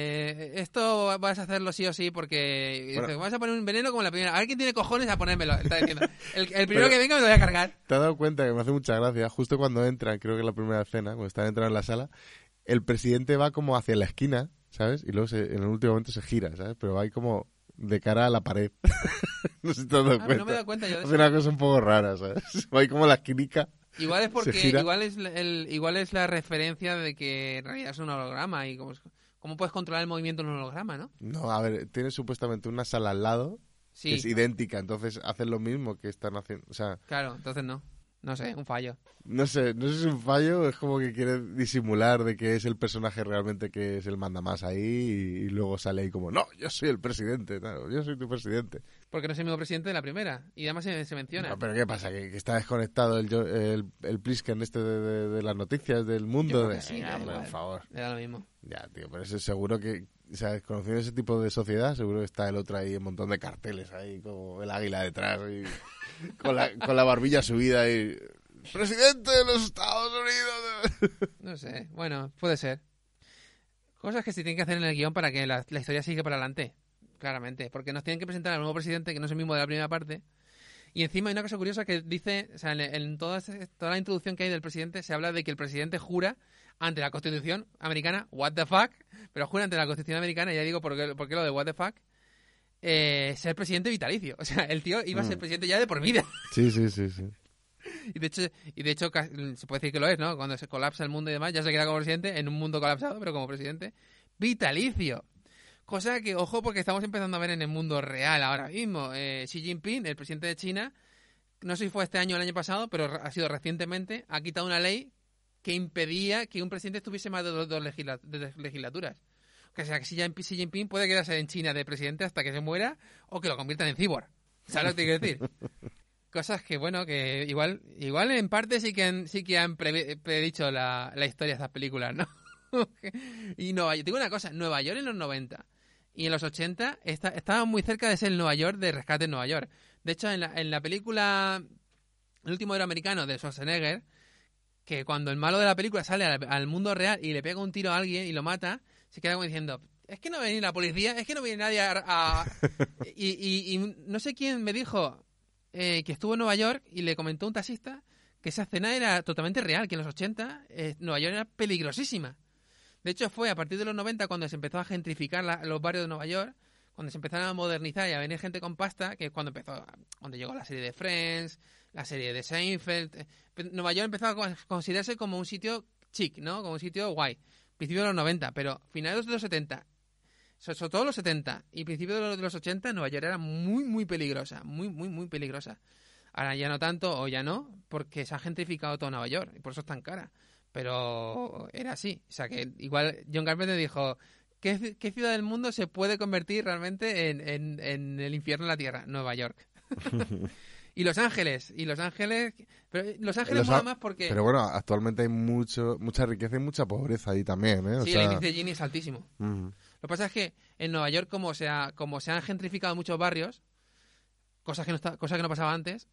C: esto vas a hacerlo sí o sí porque dice, vas a poner un veneno como la primera. A ver quién tiene cojones a ponérmelo. Está diciendo. El primero que venga me lo voy a cargar.
D: ¿Te has dado cuenta que me hace mucha gracia? Justo cuando entran, creo que es la primera escena, cuando están entrando en la sala, el presidente va como hacia la esquina, ¿sabes? Y luego en el último momento se gira, ¿sabes? Pero va ahí como de cara a la pared. No sé si te has dado cuenta.
C: No me he dado cuenta yo de eso.
D: Hace una cosa un poco rara, ¿sabes? Va ahí como la esquinica.
C: Igual es porque igual es la referencia de que en realidad es un holograma y cómo puedes controlar el movimiento en un holograma, ¿no?
D: No, a ver, tiene supuestamente una sala al lado que es idéntica, entonces hacen lo mismo que están haciendo, o sea...
C: Claro, entonces no sé, un fallo.
D: No sé si es un fallo, es como que quiere disimular de que es el personaje realmente que es el mandamás ahí y luego sale ahí como, no, yo soy el presidente, claro, yo soy tu presidente.
C: Porque no es el mismo presidente de la primera, y además se menciona.
D: No, pero ¿qué pasa? ¿Que está desconectado el Plisken de las noticias del mundo?
C: Yo creo que sí,
D: por favor.
C: Le da lo mismo.
D: Ya, tío, pero eso seguro que... O sea, conociendo ese tipo de sociedad, seguro que está el otro ahí, un montón de carteles ahí, como el águila detrás, y con la barbilla subida y... ¡Presidente de los Estados Unidos!
C: No sé, bueno, puede ser. Cosas que se tienen que hacer en el guión para que la historia siga para adelante, claramente. Porque nos tienen que presentar al nuevo presidente, que no es el mismo de la primera parte. Y encima hay una cosa curiosa que dice, o sea, en toda la introducción que hay del presidente, se habla de que el presidente jura ante la Constitución americana, what the fuck, pero jura ante la Constitución americana, y ya digo por qué lo de what the fuck, ser presidente vitalicio. O sea, el tío iba a ser presidente ya de por vida.
D: Sí.
C: Y de hecho se puede decir que lo es, ¿no? Cuando se colapsa el mundo y demás, ya se queda como presidente en un mundo colapsado, pero como presidente vitalicio. Cosa que, ojo, porque estamos empezando a ver en el mundo real ahora mismo. Xi Jinping, el presidente de China, no sé si fue este año o el año pasado, pero ha sido recientemente, ha quitado una ley que impedía que un presidente estuviese más de dos legislaturas. O sea, que Xi Jinping puede quedarse en China de presidente hasta que se muera o que lo conviertan en cyborg. ¿Sabes lo que te quiero decir? Cosas que, bueno, que igual en parte sí que han predicho la historia de estas películas, ¿no? Y Nueva York, digo una cosa, Nueva York en los 90 y en los 80 estaba muy cerca de ser el Nueva York de Rescate en Nueva York. De hecho, en la película El último héroe americano de Schwarzenegger, que cuando el malo de la película sale al mundo real y le pega un tiro a alguien y lo mata, se queda como diciendo, es que no viene la policía, es que no viene nadie y no sé quién me dijo que estuvo en Nueva York y le comentó un taxista que esa escena era totalmente real, que en los 80 Nueva York era peligrosísima. De hecho, fue a partir de los 90 cuando se empezó a gentrificar los barrios de Nueva York, cuando se empezaron a modernizar y a venir gente con pasta, que es cuando llegó la serie de Friends, la serie de Seinfeld. Nueva York empezó a considerarse como un sitio chic, ¿no? Como un sitio guay. Principios de los 90, pero finales de los 70, sobre todo los 70 y principios de los 80, Nueva York era muy, muy peligrosa. Muy, muy, muy peligrosa. Ahora ya no tanto, o ya no, porque se ha gentrificado todo Nueva York y por eso es tan cara. Pero era así. O sea que igual John Carpenter dijo, ¿qué ciudad del mundo se puede convertir realmente en el infierno en la tierra? Nueva York. Y Los Ángeles. Pero Los Ángeles mola más porque...
D: Pero bueno, actualmente hay mucha riqueza y mucha pobreza ahí también, ¿eh?
C: Sí, el índice de Gini es altísimo. Lo que pasa es que en Nueva York, como se han gentrificado muchos barrios, cosa que no pasaba antes,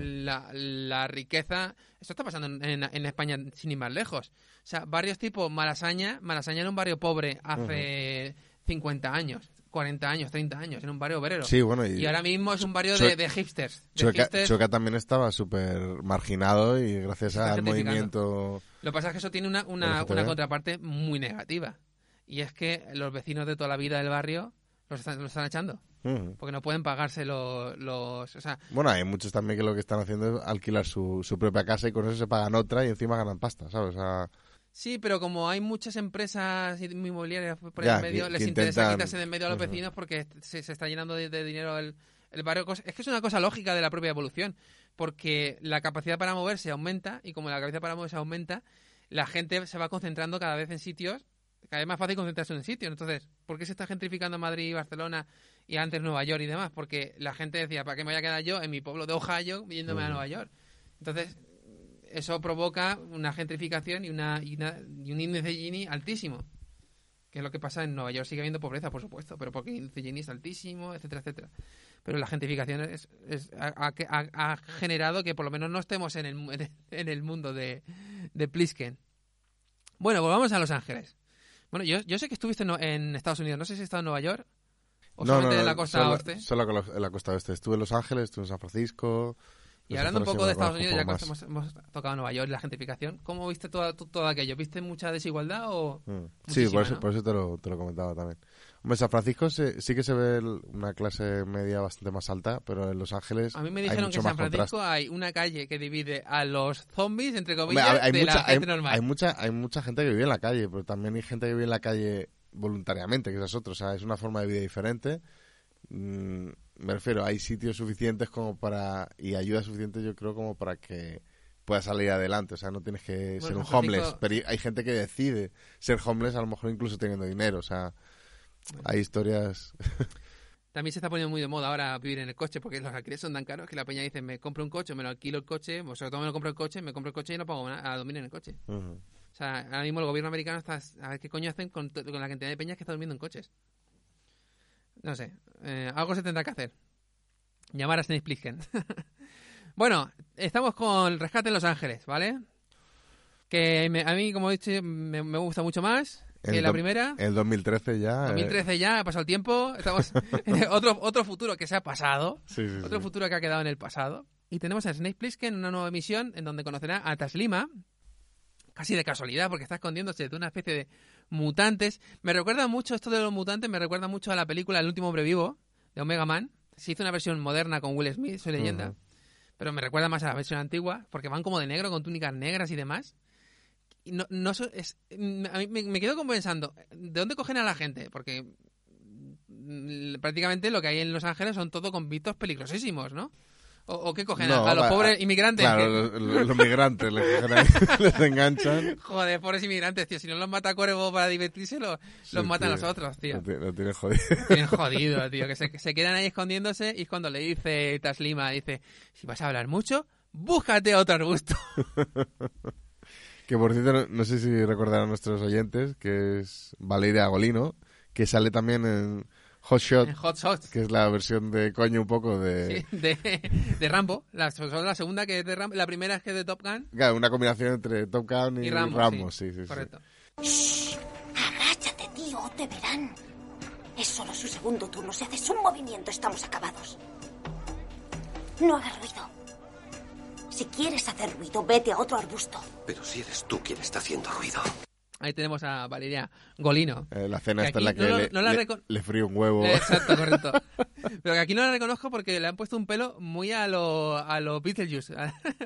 C: la riqueza... Esto está pasando en España sin ir más lejos. O sea, barrios tipo Malasaña era un barrio pobre hace 50 años, 40 años, 30 años, en un barrio obrero.
D: Sí, bueno,
C: y ahora mismo es un barrio de hipsters.
D: Chueca también estaba súper marginado y gracias al movimiento...
C: Lo que pasa es que eso tiene una contraparte muy negativa. Y es que los vecinos de toda la vida del barrio los están echando. Porque no pueden pagarse los o sea,
D: bueno, hay muchos también que lo que están haciendo es alquilar su propia casa y con eso se pagan otra y encima ganan pasta, ¿sabes? O sea...
C: Sí, pero como hay muchas empresas inmobiliarias por el medio, les interesa quitarse de en medio a los vecinos porque se está llenando de dinero el barrio. Es que es una cosa lógica de la propia evolución, porque la capacidad para moverse aumenta y como la capacidad para moverse aumenta, la gente se va concentrando cada vez en sitios, cada vez más fácil concentrarse en sitios. Entonces, ¿por qué se está gentrificando Madrid, Barcelona y antes Nueva York y demás? Porque la gente decía, ¿para qué me voy a quedar yo en mi pueblo de Ohio yéndome a Nueva York? Entonces, eso provoca una gentrificación y un índice de Gini altísimo. Que es lo que pasa en Nueva York. Sigue habiendo pobreza, por supuesto, pero porque el índice de Gini es altísimo, etcétera, etcétera. Pero la gentrificación ha generado que por lo menos no estemos en el mundo de Plisken. Bueno, volvamos a Los Ángeles. Bueno, yo sé que estuviste en Estados Unidos. No sé si has estado en Nueva York o solamente en la costa oeste.
D: Solo en la costa oeste. Estuve en Los Ángeles, estuve en San Francisco.
C: Y hablando un poco de Estados Unidos, ya que hemos tocado Nueva York y la gentrificación, ¿cómo viste todo aquello? ¿Viste mucha desigualdad o...?
D: Sí, por eso te lo comentaba también. Hombre, en San Francisco sí que se ve una clase media bastante más alta, pero en Los Ángeles
C: a mí me dijeron que en San Francisco hay una calle que divide a los zombies, entre comillas, de la gente normal.
D: Hay mucha gente que vive en la calle, pero también hay gente que vive en la calle voluntariamente, que es otro. O sea, es una forma de vida diferente. Me refiero, hay sitios suficientes y ayuda suficiente, yo creo, como para que puedas salir adelante. O sea, no tienes que ser un homeless, pero hay gente que decide ser homeless, a lo mejor incluso teniendo dinero. O sea, hay historias...
C: También se está poniendo muy de moda ahora vivir en el coche, porque los alquileres son tan caros que la peña dice, me compro un coche, me lo alquilo el coche, o sobre todo me compro el coche y no pago nada a dormir en el coche. O sea, ahora mismo el gobierno americano está a ver qué coño hacen con la cantidad de peñas que está durmiendo en coches. No sé, algo se tendrá que hacer. Llamar a Snake Plissken. Bueno, estamos con el Rescate en Los Ángeles, ¿vale? Que a mí, como he dicho, me gusta mucho más que la primera.
D: El 2013 ya.
C: 2013 ya, ha pasado el tiempo. Estamos en otro futuro que se ha pasado.
D: Sí,
C: otro futuro que ha quedado en el pasado. Y tenemos a Snake Plissken en una nueva misión en donde conocerá a Taslima. Casi de casualidad, porque está escondiéndose de una especie de mutantes. Me recuerda mucho, esto de los mutantes, me recuerda mucho a la película El último hombre vivo, de Omega Man. Se hizo una versión moderna con Will Smith, Soy Leyenda. Pero me recuerda más a la versión antigua, porque van como de negro, con túnicas negras y demás. Y a mí me quedo como pensando, ¿de dónde cogen a la gente? Porque prácticamente lo que hay en Los Ángeles son todo convictos peligrosísimos, ¿no? ¿O qué cogen?
D: No,
C: ¿A los pobres inmigrantes?
D: Claro, los migrantes les enganchan.
C: Joder, pobres inmigrantes, tío. Si no los mata Cuervo para divertirse, los matan los otros, tío.
D: Lo tienen jodido.
C: Tienen jodido, tío. Que se quedan ahí escondiéndose y es cuando le dice Taslima, dice, si vas a hablar mucho, búscate otro arbusto.
D: Que por cierto, no sé si recordarán nuestros oyentes, que es Valeria Golino, que sale también en Hot Shot, que es la versión de coño un poco de...
C: Sí, de Rambo. La segunda que es de Rambo. La primera es que es de Top Gun.
D: Claro, una combinación entre Top Gun y Rambo. Sí.
C: Correcto.
G: Shh, agáchate, tío, te verán. Es solo su segundo turno. Si haces un movimiento, estamos acabados. No hagas ruido. Si quieres hacer ruido, vete a otro arbusto.
F: Pero si eres tú quien está haciendo ruido.
C: Ahí tenemos a Valeria Golino.
D: La cena está en la que le fríe un huevo.
C: Exacto, correcto. Pero que aquí no la reconozco porque le han puesto un pelo muy a lo Beetlejuice.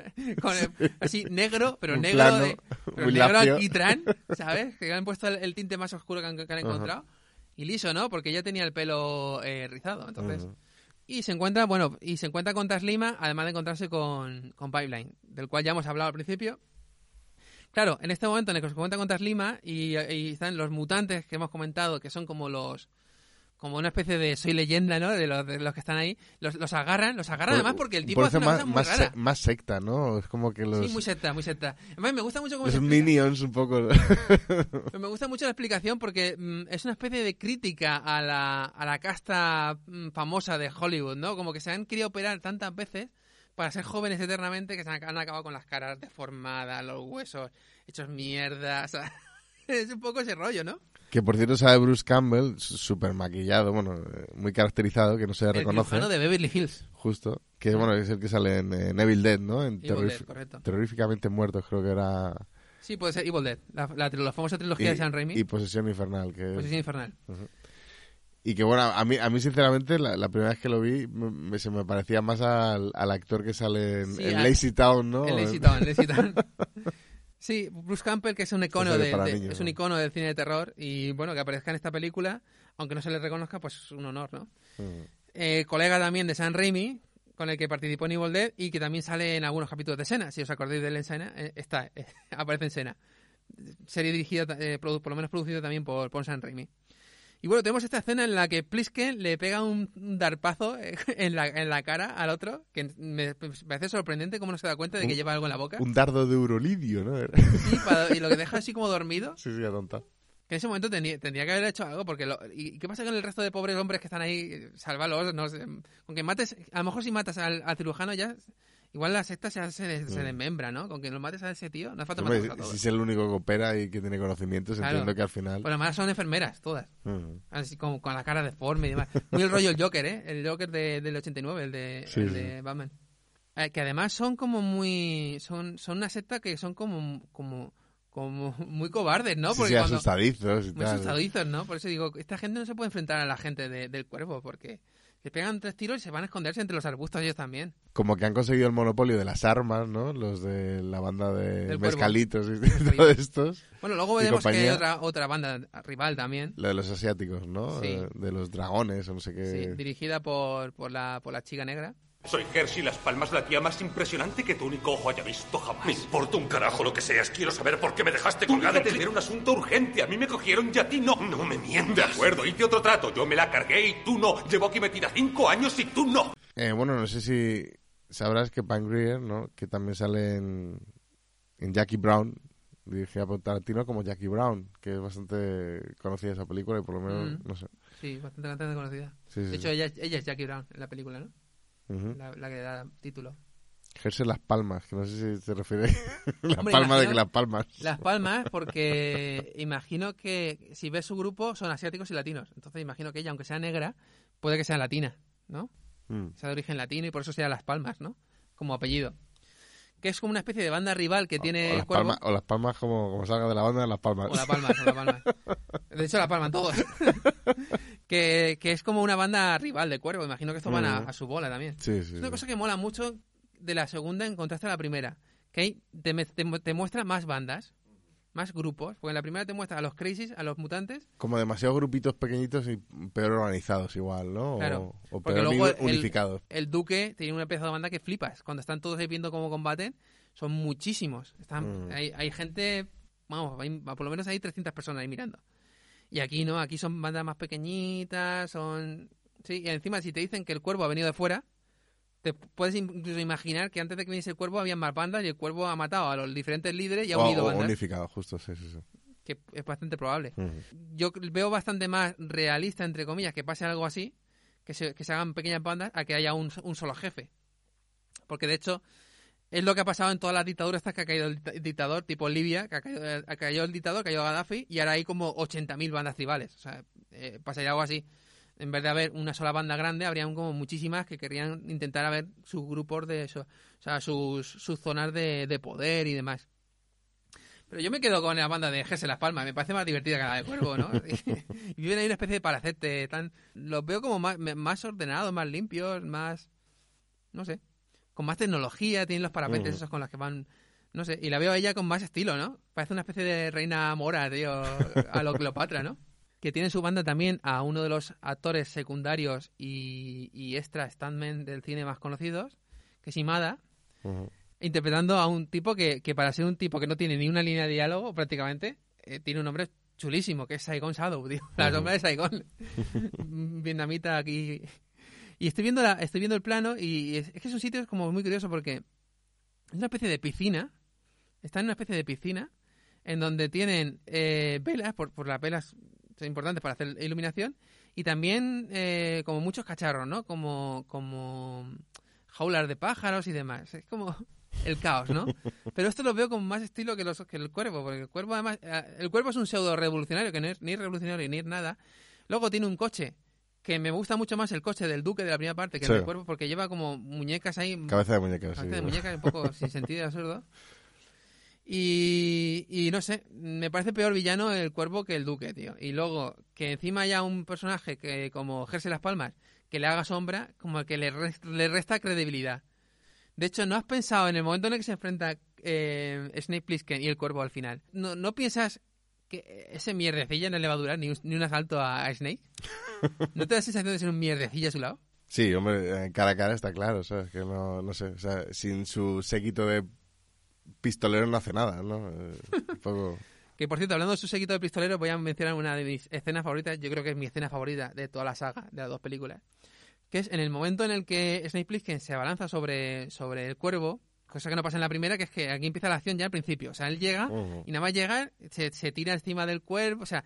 C: Así negro, pero
D: muy
C: negro
D: plano,
C: muy negro alquitrán, ¿sabes? Que le han puesto el tinte más oscuro que han encontrado. Y liso, ¿no? Porque ella tenía el pelo rizado, entonces... Y se encuentra con Taslima, además de encontrarse con Pipeline, del cual ya hemos hablado al principio. Claro, en este momento en el que se encuentra con Taslima y están los mutantes que hemos comentado, que son como una especie de Soy Leyenda, ¿no? De los que están ahí, los agarran además porque el tipo hace una cosa muy rara.
D: Más secta, ¿no? Es como que los...
C: Sí, muy secta. Además me gusta mucho cómo
D: los Minions un poco...
C: Me gusta mucho la explicación porque es una especie de crítica a la casta famosa de Hollywood, ¿no? Como que se han querido operar tantas veces para ser jóvenes eternamente que se han acabado con las caras deformadas, los huesos hechos mierda, o sea, es un poco ese rollo, ¿no?
D: Que por cierto sale Bruce Campbell, súper maquillado, bueno, muy caracterizado, que no se reconoce.
C: El cirujano de Beverly Hills.
D: Justo, que bueno, es el que sale en Evil Dead, ¿no? En
C: Evil Dead, correcto.
D: Terroríficamente Muertos, creo que era...
C: Sí, puede ser Evil Dead, la famosa trilogía de Sam Raimi.
D: Y Posesión Infernal.
C: Posesión Infernal.
D: Y que bueno, a mí sinceramente, la primera vez que lo vi, se me parecía más al actor que sale en Lazy Town, ¿no?
C: En Lazy Town. Sí, Bruce Campbell, que es un icono es un icono del cine de terror, y bueno, que aparezca en esta película, aunque no se le reconozca, pues es un honor, ¿no? Colega también de Sam Raimi, con el que participó en Evil Dead, y que también sale en algunos capítulos de Senna. Si os acordáis de él en Senna, aparece en Senna. Serie dirigida, por lo menos producida también por Sam Raimi. Y bueno, tenemos esta escena en la que Plisken le pega un darpazo en la cara al otro, que me parece sorprendente cómo no se da cuenta de que lleva algo en la boca.
D: Un dardo de Eurolidio, ¿no?
C: Sí, y lo que deja así como dormido.
D: Sí, atontado.
C: Que en ese momento tendría que haber hecho algo, porque... ¿Y qué pasa con el resto de pobres hombres que están ahí? Sálvalos, no sé. Con que mates... A lo mejor si matas al cirujano ya... Igual la secta se desmembra, ¿no? Con que lo mates a ese tío, no hace falta matarlos a todos.
D: Si es el único que opera y que tiene conocimientos, claro. Entiendo que al final...
C: Pues además son enfermeras, todas. Así como con la cara deforme y demás. Muy el rollo el Joker, ¿eh? El Joker del 89, el de Batman. Que además son como muy... Son una secta que son como muy cobardes, ¿no?
D: Porque asustadizos y
C: muy
D: tal.
C: Asustadizos, ¿no? Por eso digo, esta gente no se puede enfrentar a la gente del Cuervo, porque... Le pegan 3 tiros y se van a esconderse entre los arbustos ellos también.
D: Como que han conseguido el monopolio de las armas, ¿no? Los de la banda de Mezcalitos y todos estos.
C: Bueno, luego veremos que hay otra banda rival también.
D: La de los asiáticos, ¿no?
C: Sí.
D: De los dragones o no sé qué.
C: Sí, dirigida por la chica negra.
B: Soy Hershey Las Palmas, la tía más impresionante que tu único ojo haya visto jamás. Me importa un carajo lo que seas. Quiero saber por qué me dejaste colgada. Era un asunto urgente. A mí me cogieron y a ti no. No me mientas. De acuerdo, hice otro trato. Yo me la cargué y tú no. Llevo aquí metida 5 años y tú no.
D: Bueno, no sé si sabrás que Pam Grier, ¿no? Que también sale en Jackie Brown, dirigida por Tarantino, como Jackie Brown, que es bastante conocida esa película y por lo menos, no sé.
C: Sí, bastante conocida.
D: Sí,
C: de hecho, ella es Jackie Brown en la película, ¿no? La que da título.
D: Ejerce Las Palmas, que no sé si se refiere Palmas de que Las Palmas.
C: Las Palmas, porque imagino que si ves su grupo son asiáticos y latinos. Entonces imagino que ella, aunque sea negra, puede que sea latina, ¿no? Sea de origen latino y por eso sea Las Palmas, ¿no? Como apellido. Que es como una especie de banda rival que tiene el Cuervo.
D: O Las Palmas, como salga de la banda, Las Palmas.
C: O Las Palmas. De hecho, Las Palmas todos. que es como una banda rival de Cuervo. Imagino que estos van a su bola también.
D: Sí,
C: es una cosa que mola mucho de la segunda en contraste a la primera. Que ahí te muestra más bandas. más grupos, porque en la primera te muestra a los Crazies, a los mutantes.
D: Como demasiados grupitos pequeñitos y peor organizados igual, ¿no?
C: Claro,
D: o
C: porque
D: peor
C: luego
D: unificados.
C: El Duque tiene una pedazo de banda que flipas. Cuando están todos ahí viendo cómo combaten, son muchísimos. Hay gente, vamos, por lo menos hay 300 personas ahí mirando. Y aquí no, aquí son bandas más pequeñitas, Sí, y encima si te dicen que el Cuervo ha venido de fuera, te puedes incluso imaginar que antes de que viniese el Cuervo había más bandas y el Cuervo ha matado a los diferentes líderes y ha unido bandas.
D: Unificado, justo, sí.
C: Que es bastante probable.
D: Uh-huh.
C: Yo veo bastante más realista, entre comillas, que pase algo así, que se hagan pequeñas bandas, a que haya un solo jefe. Porque de hecho, es lo que ha pasado en todas las dictaduras estas que ha caído el dictador, tipo Libia, que ha caído el dictador, cayó Gaddafi, y ahora hay como 80.000 bandas tribales. O sea, pasaría algo así. En vez de haber una sola banda grande, habrían como muchísimas que querrían intentar haber sus grupos de eso, o sea, sus zonas de poder y demás. Pero yo me quedo con la banda de Jesse Las Palmas, me parece más divertida que la de Cuervo, ¿no? Y viven ahí una especie de palacete, los veo como más ordenados, más limpios, más, no sé, con más tecnología, tienen los parapetes esos con los que van, no sé, y la veo a ella con más estilo, ¿no? Parece una especie de reina mora, tío, a lo Cleopatra, ¿no? Que tiene su banda también a uno de los actores secundarios y extra stuntmen del cine más conocidos, que es Imada, interpretando a un tipo que para ser un tipo que no tiene ni una línea de diálogo prácticamente, tiene un nombre chulísimo, que es Saigon Shadow, tío, la sombra de Saigon, vietnamita aquí. Y estoy viendo el plano y es que es un sitio como muy curioso porque es una especie de piscina, está en una especie de piscina en donde tienen velas, por las velas importantes para hacer iluminación, y también como muchos cacharros, ¿no? Como jaulas de pájaros y demás. Es como el caos, ¿no? Pero esto lo veo con más estilo que el Cuervo, porque el Cuervo además, el Cuervo es un pseudo revolucionario que no es ni revolucionario ni es nada. Luego tiene un coche que me gusta mucho más el coche del Duque de la primera parte que el del Cuervo, porque lleva como muñecas ahí.
D: Cabeza de muñecas,
C: cabeza de muñecas, un poco sin sentido y absurdo. Y no sé, me parece peor villano el Cuervo que el Duque, tío. Y luego, que encima haya un personaje que como Jersey Las Palmas, que le haga sombra, como que le resta credibilidad. De hecho, ¿no has pensado en el momento en el que se enfrenta Snake Plissken y el Cuervo al final? ¿No piensas que ese mierdecilla no le va a durar ni un asalto a Snake? ¿No te da la sensación de ser un mierdecilla a su lado?
D: Sí, hombre, cara a cara está claro, ¿sabes? Que no sé, o sea, sin su séquito de pistolero no hace nada, ¿no? Un poco...
C: Que, por cierto, hablando de su séquito de pistolero, voy a mencionar una de mis escenas favoritas. Yo creo que es mi escena favorita de toda la saga, de las dos películas. Que es en el momento en el que Snake Plissken se abalanza sobre el Cuervo, cosa que no pasa en la primera, que es que aquí empieza la acción ya al principio. O sea, él llega y nada más llegar, se tira encima del Cuervo, o sea,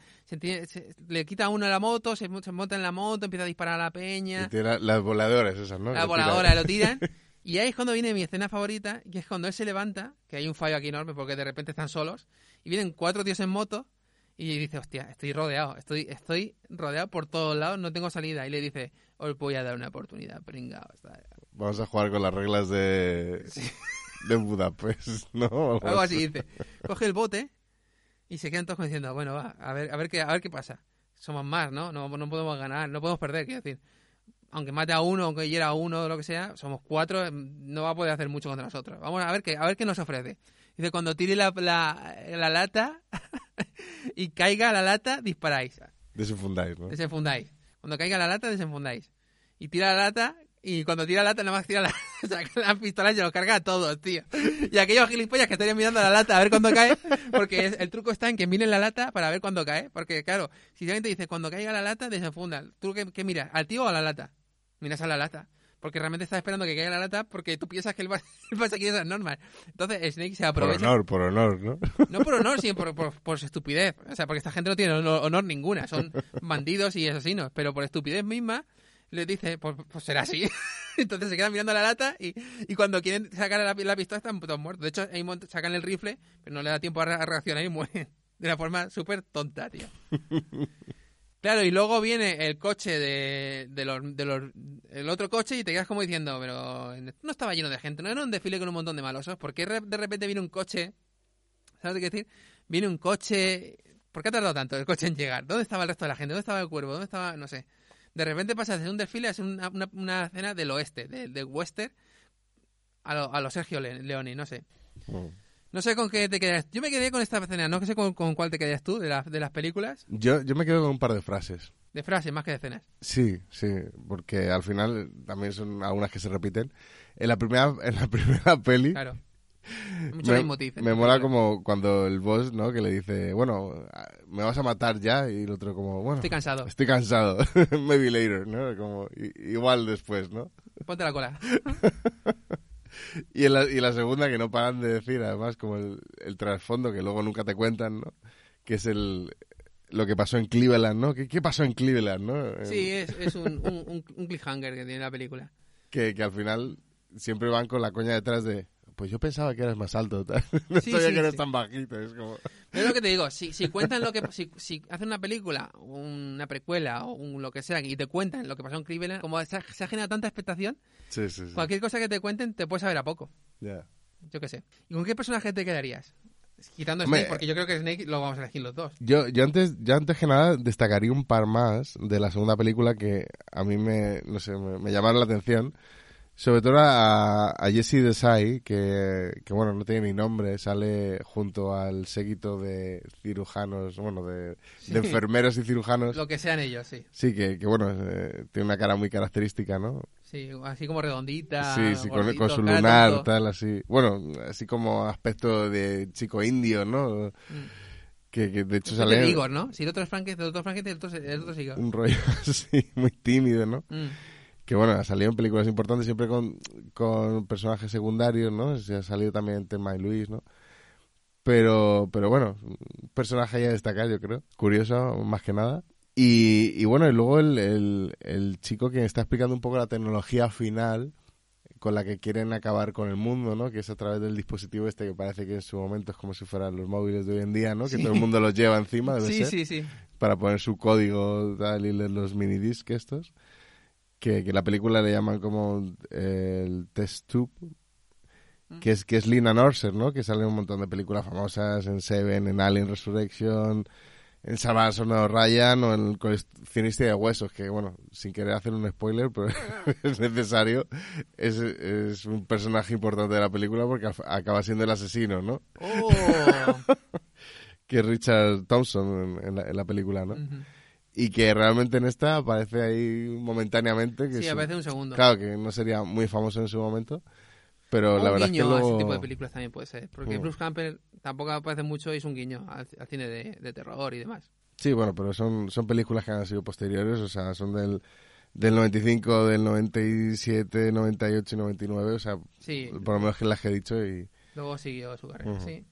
C: le quita a uno la moto, se monta en la moto, empieza a disparar a la peña.
D: Y tira las voladoras esas, ¿no?
C: Las voladoras lo tiran. Y ahí es cuando viene mi escena favorita, que es cuando él se levanta, que hay un fallo aquí enorme porque de repente están solos, y vienen 4 tíos en moto, y dice, hostia, estoy rodeado, estoy rodeado por todos lados, no tengo salida. Y le dice, os voy a dar una oportunidad, pringao.
D: Vamos a jugar con las reglas de Budapest, ¿no?
C: Algo así dice. Coge el bote y se quedan todos diciendo, bueno, va, a ver qué pasa. Somos más, ¿no? No podemos ganar, no podemos perder, quiero decir. Aunque mate a uno, aunque hiera a uno, o lo que sea, somos 4, no va a poder hacer mucho contra nosotros. Vamos a ver qué nos ofrece. Dice, cuando tire la lata y caiga la lata, disparáis.
D: Desenfundáis, ¿no?
C: Desenfundáis. Cuando caiga la lata, desenfundáis. Y tira la lata, y cuando tira la lata, nada más tira la pistola y se los carga a todos, tío. Y aquellos gilipollas que estarían mirando la lata a ver cuándo cae, porque el truco está en que miren la lata para ver cuándo cae. Porque, claro, si alguien te dice, cuando caiga la lata, desenfunda. ¿Tú qué miras? ¿Al tío o a la lata? Miras a la lata. Porque realmente estás esperando que caiga la lata porque tú piensas que él va a seguir esas normas. Entonces Snake se aprovecha.
D: Por honor, ¿no?
C: No por honor, sino por estupidez. O sea, porque esta gente no tiene honor ninguna. Son bandidos y asesinos. Pero por estupidez misma le dice, pues será así. Entonces se quedan mirando la lata y cuando quieren sacar la pistola están todos muertos. De hecho, sacan el rifle, pero no le da tiempo a reaccionar y mueren de una forma súper tonta, tío. Claro, y luego viene el coche el otro coche y te quedas como diciendo, pero no estaba lleno de gente, no era un desfile con un montón de malosos. ¿Por qué de repente viene un coche? ¿Sabes qué decir? Viene un coche. ¿Por qué ha tardado tanto el coche en llegar? ¿Dónde estaba el resto de la gente? ¿Dónde estaba el Cuervo? ¿Dónde estaba? No sé. De repente pasa de un desfile a ser una escena del oeste, de western, a lo Sergio Leone, no sé. No sé con qué te quedas. Yo me quedé con esta escena. No sé con cuál te quedas tú de las películas.
D: Yo me quedo con un par de frases.
C: De frases más que de escenas.
D: Sí, porque al final también son algunas que se repiten. En la primera peli...
C: Claro. Mucho leitmotiv.
D: Me mola como cuando el boss, ¿no? Que le dice, bueno, me vas a matar ya. Y el otro como, bueno... Estoy cansado. Maybe later, ¿no? Como, igual después, ¿no?
C: Ponte la cola.
D: Y la segunda, que no paran de decir, además, como el trasfondo, que luego nunca te cuentan, ¿no? Que es lo que pasó en Cleveland, ¿no? ¿Qué pasó en Cleveland, no?
C: Sí, es un cliffhanger que tiene la película.
D: Que al final siempre van con la coña detrás de... Pues yo pensaba que eras más alto, tal. No sabía que eres tan bajito. Es como...
C: Es lo que te digo, si cuentan lo que... Si hacen una película, una precuela o lo que sea, y te cuentan lo que pasó en Cleveland, como se ha generado tanta expectación,
D: sí.
C: Cualquier cosa que te cuenten te puede saber a poco.
D: Ya.
C: Yo qué sé. ¿Y con qué personaje te quedarías? Quitando Snake, porque yo creo que Snake lo vamos a elegir los dos.
D: Yo antes que nada destacaría un par más de la segunda película que a mí me llamaron la atención. Sobre todo a Jesse Desai, que bueno, no tiene ni nombre, sale junto al séquito de cirujanos, bueno, de enfermeros y cirujanos.
C: Lo que sean ellos, sí.
D: Sí, que bueno, tiene una cara muy característica, ¿no?
C: Sí, así como redondita.
D: Sí,
C: gordito,
D: con su lunar, tal, así. Bueno, así como aspecto de chico indio, ¿no? Que de hecho sale...
C: de Igor, ¿no? Si el otro es Frankenstein, el otro es Igor.
D: Un rollo así, muy tímido, ¿no? Que bueno, ha salido en películas importantes siempre con personajes secundarios, ¿no? Se ha salido también en Thelma y Luis, ¿no? Pero bueno, un personaje ahí a destacar, yo creo. Curioso, más que nada. Y bueno, y luego el chico que está explicando un poco la tecnología final con la que quieren acabar con el mundo, ¿no? Que es a través del dispositivo este que parece que en su momento es como si fueran los móviles de hoy en día, ¿no? Que todo el mundo los lleva encima, debe ser.
C: Sí.
D: Para poner su código tal y leer los minidisc estos. Que la película le llaman como el test tube, que es Lina Norser, ¿no? Que sale en un montón de películas famosas, en Seven, en Alien Resurrection, en Salvar al Soldado Ryan o en El coleccionista de huesos, que bueno, sin querer hacer un spoiler, pero es necesario, es un personaje importante de la película porque acaba siendo el asesino, ¿no?
C: ¡Oh!
D: Que es Richard Thompson en la película, ¿no? Y que realmente en esta aparece ahí momentáneamente. Que
C: aparece un segundo.
D: Claro, que no sería muy famoso en su momento, pero la verdad es que luego...
C: ese tipo de películas también puede ser. Porque Bruce Campbell tampoco aparece mucho y es un guiño al cine de terror y demás.
D: Sí, bueno, pero son películas que han sido posteriores, o sea, son del 95, del 97, 98 y 99, o sea,
C: sí,
D: por lo menos que las que he dicho y...
C: Luego siguió su carrera, sí.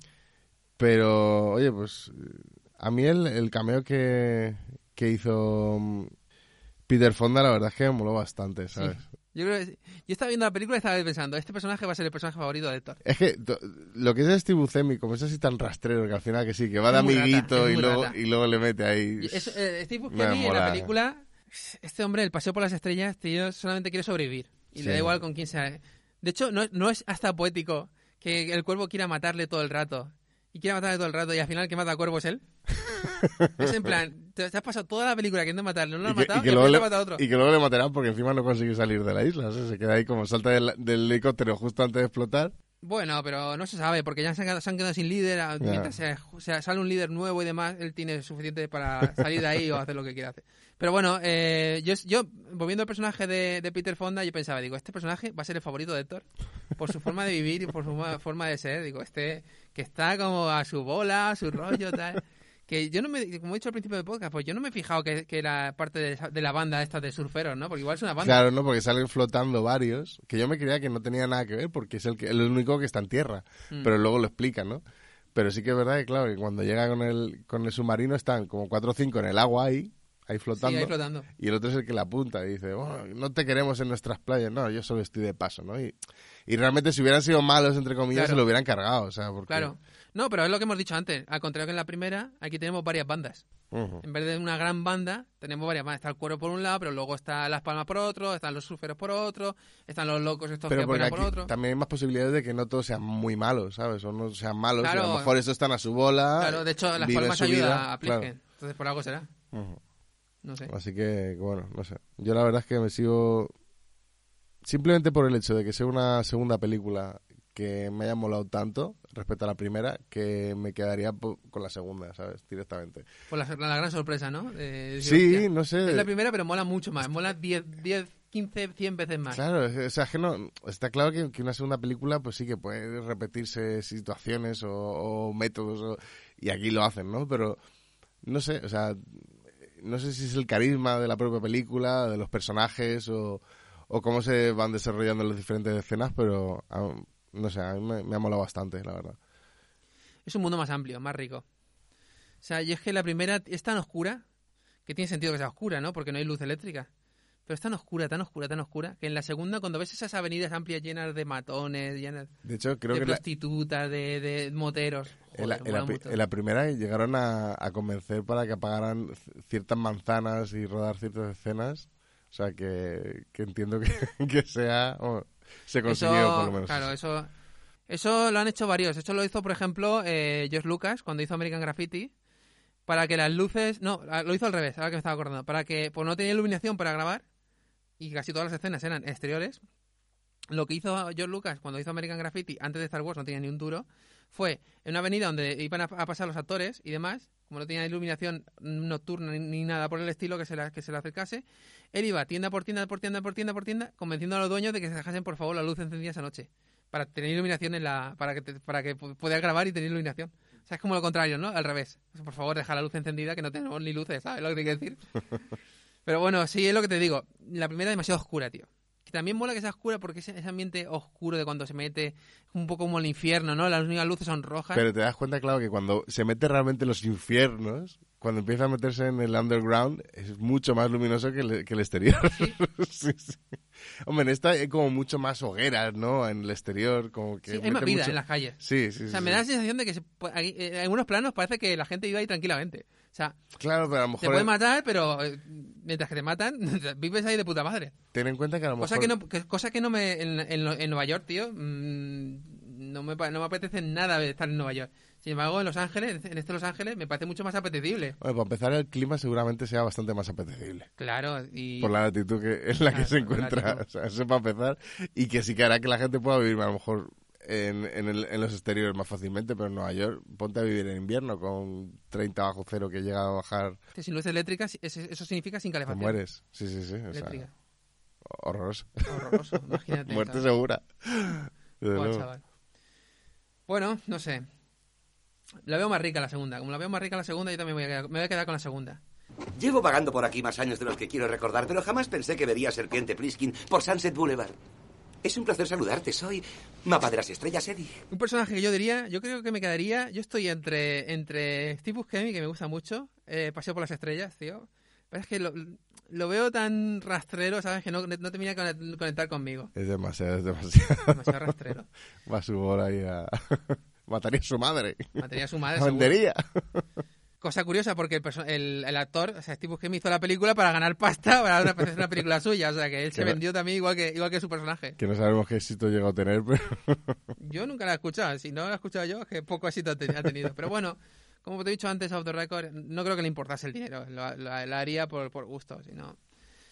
D: Pero, oye, pues... A mí el cameo que hizo Peter Fonda, la verdad es que me moló bastante, ¿sabes? Sí.
C: Yo estaba viendo la película y estaba pensando, este personaje va a ser el personaje favorito de Héctor.
D: Es que lo que es Steve Buscemi, como es así tan rastrero, que al final que sí, que va de amiguito y luego le mete ahí...
C: Steve Buscemi en la película, este hombre, el paseo por las estrellas, tío, solamente quiere sobrevivir. Y le da igual con quién sea. De hecho, no es hasta poético que el cuervo quiera matarle todo el rato. Y quiere matarle todo el rato y al final que mata a cuervo es él. Es en plan, te has pasado toda la película queriendo matarle, no lo has matado, y luego le mata a otro.
D: Y que luego le matarán porque encima no consigue salir de la isla, o sea, se queda ahí como salta del helicóptero justo antes de explotar.
C: Bueno, pero no se sabe, porque ya se han quedado sin líder. Mientras sale un líder nuevo y demás, él tiene suficiente para salir de ahí o hacer lo que quiera hacer. Pero bueno, yo volviendo al personaje de Peter Fonda, yo pensaba, digo, este personaje va a ser el favorito de Héctor por su forma de vivir y por su forma de ser. Digo, que está como a su bola, a su rollo, tal. Que yo como he dicho al principio del podcast, pues yo no me he fijado que era parte de la banda esta de surferos, ¿no? Porque igual es una banda.
D: Claro, no, porque salen flotando varios, que yo me creía que no tenía nada que ver, porque es el único que está en tierra, pero luego lo explican, ¿no? Pero sí que es verdad que, claro, que cuando llega con el submarino están como 4 o 5 en el agua ahí flotando,
C: sí, ahí flotando.
D: Y el otro es el que la apunta y dice, bueno, no te queremos en nuestras playas, no, yo solo estoy de paso, ¿no? Y realmente si hubieran sido malos, entre comillas, se lo hubieran cargado, o sea, porque...
C: Claro. No, pero es lo que hemos dicho antes. Al contrario que en la primera, aquí tenemos varias bandas. En vez de una gran banda, tenemos varias bandas. Está el cuero por un lado, pero luego están Las Palmas por otro, están los surferos por otro, están los locos estos que operan por otro.
D: También hay más posibilidades de que no todos sean muy malos, ¿sabes? O no sean malos, claro, y a lo mejor estos están a su bola.
C: Claro, de hecho, Las Palmas ayuda a Plisken. Claro. Entonces, por algo será. No sé.
D: Así que, bueno, no sé. Yo la verdad es que me sigo... Simplemente por el hecho de que sea una segunda película que me haya molado tanto, respecto a la primera, que me quedaría con la segunda, ¿sabes? Directamente.
C: Pues la gran sorpresa, ¿no?
D: Sí,
C: hostia,
D: no sé.
C: Es la primera, pero mola mucho más. Mola 10, 15, 100 veces más.
D: Claro, o sea, es que no, está claro que una segunda película pues sí que puede repetirse situaciones o métodos, y aquí lo hacen, ¿no? Pero no sé, o sea, no sé si es el carisma de la propia película, de los personajes o cómo se van desarrollando las diferentes escenas, pero no sé, a mí me ha molado bastante, la verdad.
C: Es un mundo más amplio, más rico. O sea, y es que la primera es tan oscura, que tiene sentido que sea oscura, ¿no? Porque no hay luz eléctrica. Pero es tan oscura, que en la segunda, cuando ves esas avenidas amplias llenas de matones, llenas
D: de hecho, creo
C: de
D: que
C: prostitutas, de moteros... Joder,
D: en la primera llegaron a convencer para que apagaran ciertas manzanas y rodar ciertas escenas. O sea, que entiendo que se consiguió
C: eso,
D: por lo menos.
C: Claro, eso lo han hecho varios. Eso lo hizo, por ejemplo, George Lucas cuando hizo American Graffiti. Para que las luces... No, lo hizo al revés, ahora que me estaba acordando. Para que, pues no tenía iluminación para grabar, y casi todas las escenas eran exteriores, lo que hizo George Lucas cuando hizo American Graffiti, antes de Star Wars, no tenía ni un duro, fue en una avenida donde iban a pasar los actores y demás, como no tenía iluminación nocturna ni nada por el estilo que se le acercase, él iba tienda por tienda, convenciendo a los dueños de que se dejasen, por favor, la luz encendida esa noche, para tener iluminación para que pueda grabar y tener iluminación. O sea, es como lo contrario, ¿no? Al revés. Por favor, deja la luz encendida, que no tenemos ni luces, ¿sabes lo que te quiero decir? Pero bueno, sí, es lo que te digo. La primera es demasiado oscura, tío. Que también mola que sea oscura porque ese ambiente oscuro de cuando se mete, un poco como el infierno, ¿no? Las únicas luces son rojas.
D: Pero te das cuenta, claro, que cuando se mete realmente en los infiernos, cuando empieza a meterse en el underground, es mucho más luminoso que el exterior.
C: ¿Sí?
D: Sí. Hombre, en esta hay como mucho más hogueras, ¿no? En el exterior, como que...
C: Sí, hay más vida en las calles.
D: Sí.
C: O sea, me da la sensación de que en algunos planos parece que la gente iba ahí tranquilamente. O sea,
D: claro, pero a lo mejor...
C: Te pueden matar, pero mientras que te matan, vives ahí de puta madre.
D: Ten en cuenta que a lo mejor...
C: Cosa que no me... En Nueva York, tío, no me apetece nada estar en Nueva York. Sin embargo, en Los Ángeles, Los Ángeles, me parece mucho más apetecible.
D: Bueno, para empezar, el clima seguramente sea bastante más apetecible.
C: Claro, y...
D: Por la latitud en la que se encuentra. O sea, eso para empezar. Y que sí que hará que la gente pueda vivir, a lo mejor, en los exteriores más fácilmente, pero en Nueva York, ponte a vivir en invierno con 30 bajo cero que llega a bajar...
C: Sin luz eléctrica, eso significa sin calefacción.
D: Mueres, sí.
C: Eléctrica.
D: O sea, horroroso.
C: Horroroso, imagínate.
D: Muerte
C: ¿sabes?
D: segura.
C: Chaval. Bueno, no sé. La veo más rica la segunda. Como la veo más rica la segunda, yo también me voy a quedar con la segunda.
H: Llevo vagando por aquí más años de los que quiero recordar, pero jamás pensé que vería a Serpiente Pliskin por Sunset Boulevard. Es un placer saludarte, soy Mapa de las Estrellas, Eddie.
C: Un personaje que yo creo que me quedaría... Yo estoy entre Steve Buscemi, que me gusta mucho, Paseo por las Estrellas, tío. Pero es que lo veo tan rastrero, ¿sabes? Que no termina de conectar conmigo.
D: Es demasiado.
C: Demasiado rastrero.
D: Va a su bola ahí a... Mataría a su madre.
C: Mataría a su madre,
D: la vendería.
C: Cosa curiosa, porque el actor, o sea, Steve Buscemi hizo la película para ganar pasta para hacer una película suya. O sea, que él se vendió también igual que su personaje.
D: Que no sabemos qué éxito llegó a tener, pero...
C: Yo nunca la he escuchado. Si no la he escuchado yo, es que poco éxito ha tenido. Pero bueno, como te he dicho antes, off the record, no creo que le importase el dinero. Lo haría por gusto, si no...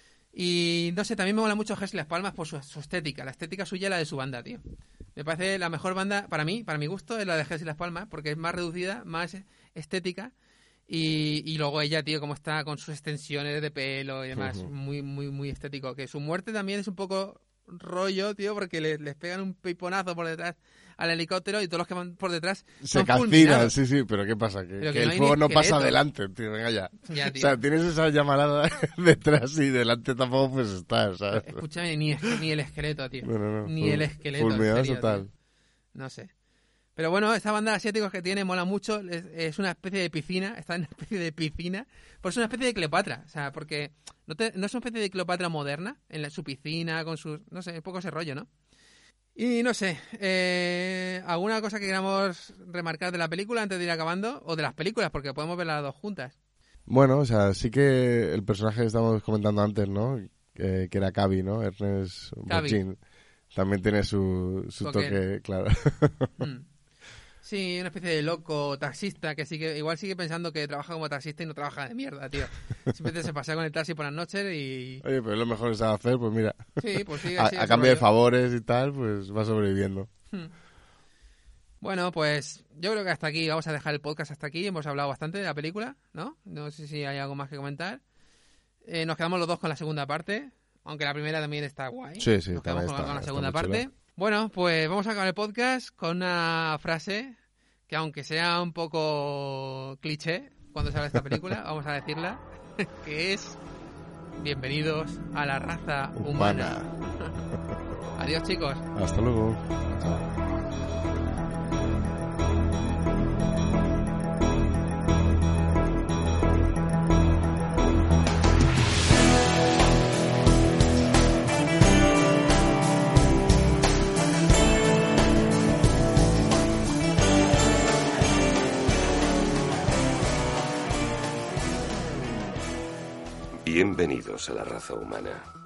C: Y no sé, también me mola mucho Jesse Las Palmas por su estética. La estética suya y la de su banda, tío. Me parece la mejor banda, para mi gusto, es la de Jesse Las Palmas, porque es más reducida, más estética. Y luego ella, tío, como está con sus extensiones de pelo y demás, muy, muy, muy estético. Que su muerte también es un poco rollo, tío, porque les pegan un piponazo por detrás al helicóptero y todos los que van por detrás
D: se calcinan, sí, pero ¿qué pasa? Que el fuego no pasa adelante, tío, venga ya.
C: Tío.
D: O sea, tienes esa llamarada detrás y delante tampoco pues estás, ¿sabes?
C: Escúchame, ni el esqueleto, tío.
D: No,
C: ni el esqueleto,
D: fulminado
C: en serio,
D: total.
C: Tío. No sé. Pero bueno, esta banda de asiáticos que tiene mola mucho. Es una especie de piscina. Está en una especie de piscina. Pues es una especie de Cleopatra. O sea, porque no es una especie de Cleopatra moderna. En su piscina, con sus... No sé, un poco ese rollo, ¿no? Y no sé. ¿Alguna cosa que queramos remarcar de la película antes de ir acabando? O de las películas, porque podemos ver las dos juntas.
D: Bueno, o sea, sí que el personaje que estábamos comentando antes, ¿no? Que era Cavi, ¿no? Ernest Borgnine. También tiene su toque, claro.
C: Sí, una especie de loco taxista que igual sigue pensando que trabaja como taxista y no trabaja de mierda, tío. Simplemente se pasea con el taxi por las noches y...
D: Oye, pero es lo mejor que sabe hacer, pues mira.
C: Sí, pues sigue
D: a cambio de favores y tal, pues va sobreviviendo.
C: Bueno, pues yo creo que hasta aquí, vamos a dejar el podcast hasta aquí. Hemos hablado bastante de la película, ¿no? No sé si hay algo más que comentar. Nos quedamos los dos con la segunda parte, aunque la primera también está guay.
D: Sí,
C: Nos quedamos con la segunda parte.
D: Chulo.
C: Bueno, pues vamos a acabar el podcast con una frase que, aunque sea un poco cliché cuando se habla de esta película, vamos a decirla, que es: bienvenidos a la raza humana. Adiós, chicos.
D: Hasta luego. Chao.
I: Bienvenidos a la raza humana.